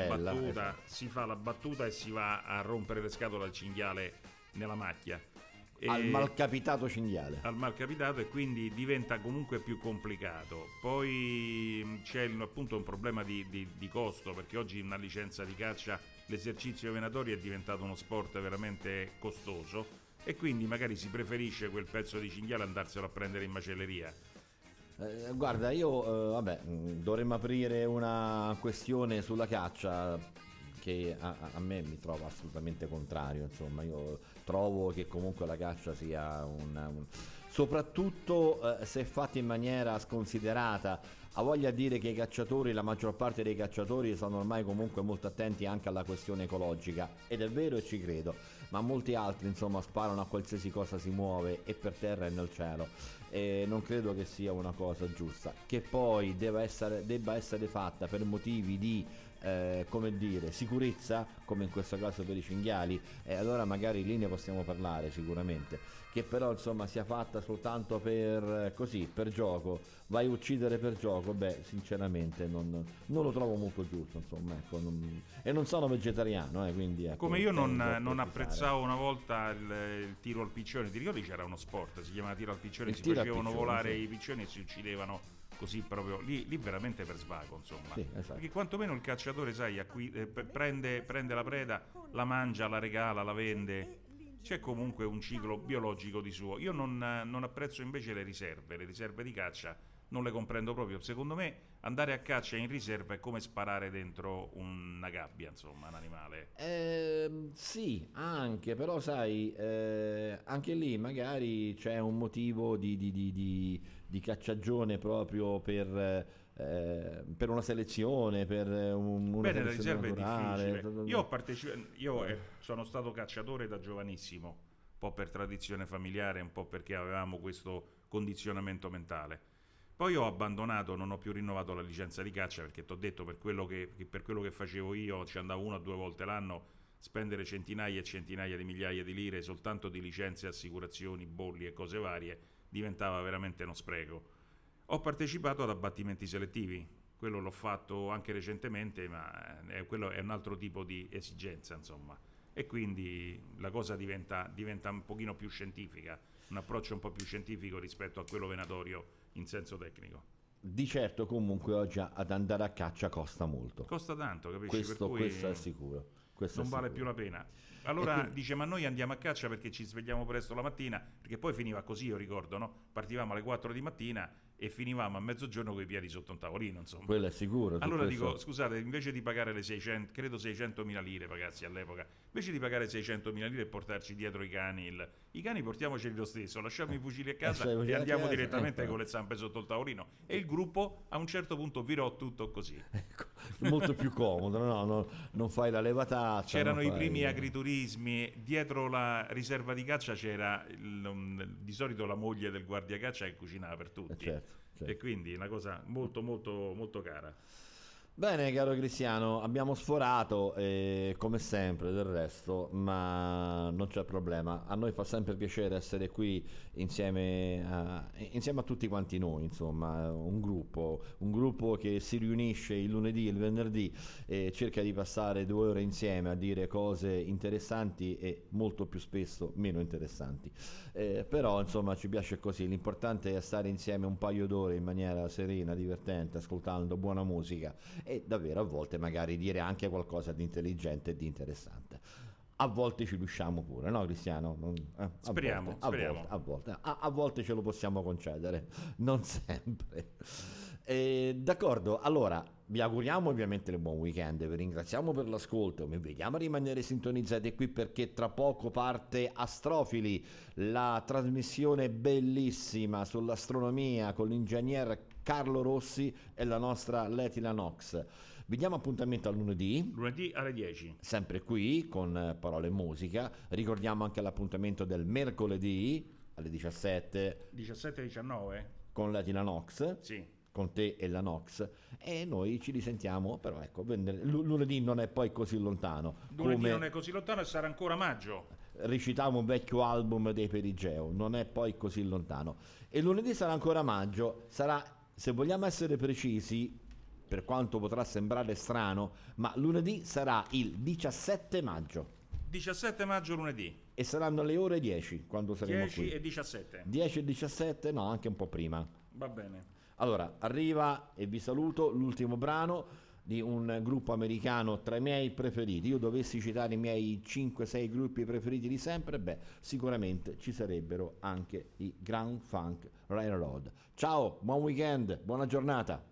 si fa la battuta e si va a rompere le scatole al cinghiale nella macchia. Al malcapitato cinghiale. Al malcapitato, e quindi diventa comunque più complicato. Poi c'è appunto un problema di costo, perché oggi una licenza di caccia, l'esercizio venatorio è diventato uno sport veramente costoso e quindi magari si preferisce quel pezzo di cinghiale andarselo a prendere in macelleria. Guarda, io dovremmo aprire una questione sulla caccia che a me mi trova assolutamente contrario. Insomma, io trovo che comunque la caccia sia soprattutto se fatta in maniera sconsiderata. Ha voglia di dire che i cacciatori, la maggior parte dei cacciatori, sono ormai comunque molto attenti anche alla questione ecologica, ed è vero e ci credo, ma molti altri, insomma, sparano a qualsiasi cosa si muove, e per terra e nel cielo, e non credo che sia una cosa giusta. Che poi debba essere fatta per motivi di come dire, sicurezza, come in questo caso per i cinghiali, allora magari lì ne possiamo parlare sicuramente. Che però, insomma, sia fatta soltanto per gioco, vai a uccidere per gioco, sinceramente non lo trovo molto giusto, insomma, ecco, e non sono vegetariano, quindi ecco, come io non apprezzavo una volta il tiro al piccione. Ti ricordi c'era uno sport, si chiamava tiro al piccione, si facevano volare i piccioni e si uccidevano così proprio lì veramente per svago, insomma. Sì, esatto. Perché quantomeno il cacciatore, sai, prende la preda, la mangia, la regala, la vende. C'è comunque un ciclo biologico di suo. Io non apprezzo invece le riserve di caccia, non le comprendo proprio. Secondo me andare a caccia in riserva è come sparare dentro una gabbia, insomma, un animale. Sì, anche, però sai, anche lì magari c'è un motivo di cacciagione proprio per una selezione, per una la selezione riserva naturale. È difficile. Io sono stato cacciatore da giovanissimo, un po' per tradizione familiare, un po' perché avevamo questo condizionamento mentale. Poi ho abbandonato, non ho più rinnovato la licenza di caccia, perché ti ho detto, per quello che facevo io, ci andavo 1 o 2 volte l'anno, spendere centinaia e centinaia di migliaia di lire soltanto di licenze, assicurazioni, bolli e cose varie diventava veramente uno spreco. Ho partecipato ad abbattimenti selettivi, quello l'ho fatto anche recentemente, ma quello è un altro tipo di esigenza, insomma, e quindi la cosa diventa un pochino più scientifica, un approccio un po' più scientifico rispetto a quello venatorio in senso tecnico. di certo comunque oggi ad andare a caccia costa molto. Costa tanto, capisci? Questo, per cui questo è sicuro. Questo non è vale sicuro. più la pena. Allora quindi, dice, ma noi andiamo a caccia perché ci svegliamo presto la mattina, perché poi finiva così, io ricordo, no? Partivamo alle 4 di mattina e finivamo a mezzogiorno con i piedi sotto un tavolino, insomma. Quello è sicuro. Allora questo... dico, scusate, invece di pagare le 600, credo 600.000 lire pagazzi all'epoca, invece di pagare 600.000 lire e portarci dietro i cani, i cani portiamoceli lo stesso, lasciamo i fucili a casa e andiamo direttamente con le zampe sotto il tavolino. E il gruppo a un certo punto virò tutto così. Ecco, molto più comodo, no, non fai la levataccia. C'erano i primi agriturismi, dietro la riserva di caccia c'era di solito la moglie del guardia caccia che cucinava per tutti. Certo. E quindi una cosa molto molto molto cara. Bene, caro Cristiano, abbiamo sforato come sempre del resto, ma non c'è problema. A noi fa sempre piacere essere qui insieme a tutti quanti noi, insomma, un gruppo che si riunisce il lunedì e il venerdì e cerca di passare 2 ore insieme a dire cose interessanti e molto più spesso meno interessanti. Però insomma ci piace così, l'importante è stare insieme un paio d'ore in maniera serena, divertente, ascoltando buona musica e davvero a volte magari dire anche qualcosa di intelligente e di interessante. A volte ci riusciamo pure, no Cristiano? Speriamo. A volte ce lo possiamo concedere, non sempre. D'accordo, allora vi auguriamo ovviamente il buon weekend, vi ringraziamo per l'ascolto, vi invitiamo a rimanere sintonizzati qui perché tra poco parte Astrofili, la trasmissione bellissima sull'astronomia con l'ingegner Carlo Rossi e la nostra Letila Nox. Vi diamo appuntamento a lunedì alle 10, sempre qui con Parole e Musica. Ricordiamo anche l'appuntamento del mercoledì alle 17:19 con Letila Nox. Sì. Con te e la Nox, e noi ci risentiamo, però ecco, lunedì non è poi così lontano. Lunedì non è così lontano e sarà ancora maggio. Recitiamo un vecchio album dei Perigeo, non è poi così lontano. E lunedì sarà ancora maggio, sarà, se vogliamo essere precisi, per quanto potrà sembrare strano, ma lunedì sarà il 17 maggio. 17 maggio lunedì. E saranno le ore 10 quando saremo 10 qui. 10 e 17. 10 e 17, no, anche un po' prima. Va bene. Allora, arriva e vi saluto l'ultimo brano di un gruppo americano tra i miei preferiti. Io dovessi citare i miei 5-6 gruppi preferiti di sempre, beh, sicuramente ci sarebbero anche i Grand Funk Railroad. Ciao, buon weekend, buona giornata.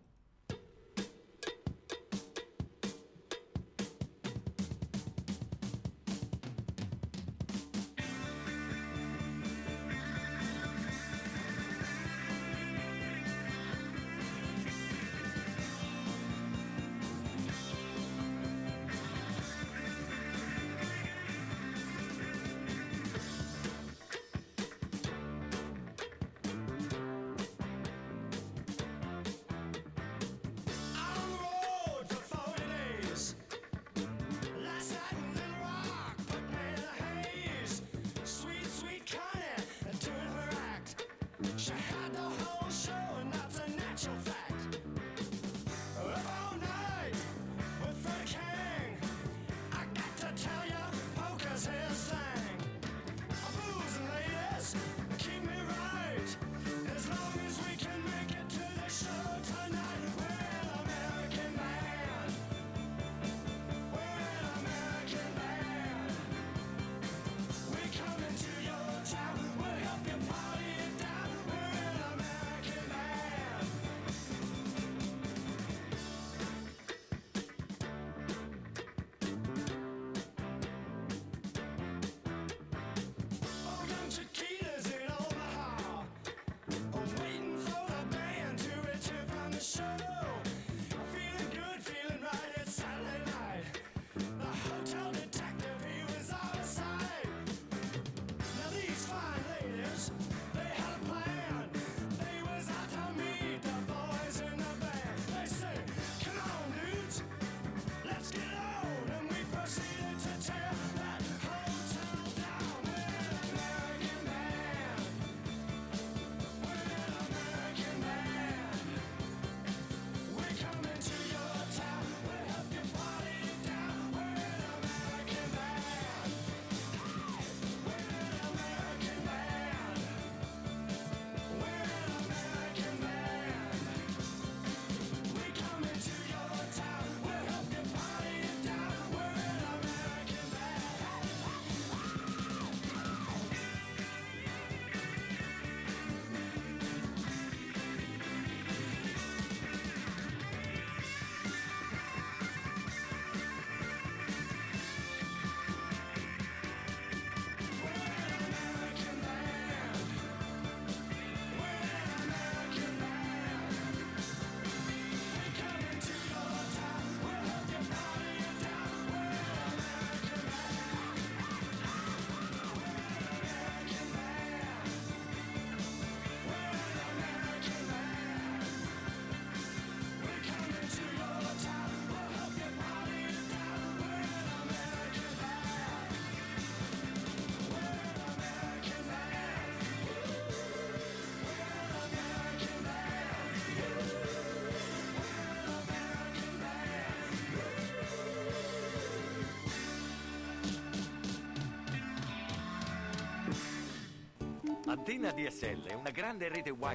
Antenna DSL è una grande rete wifi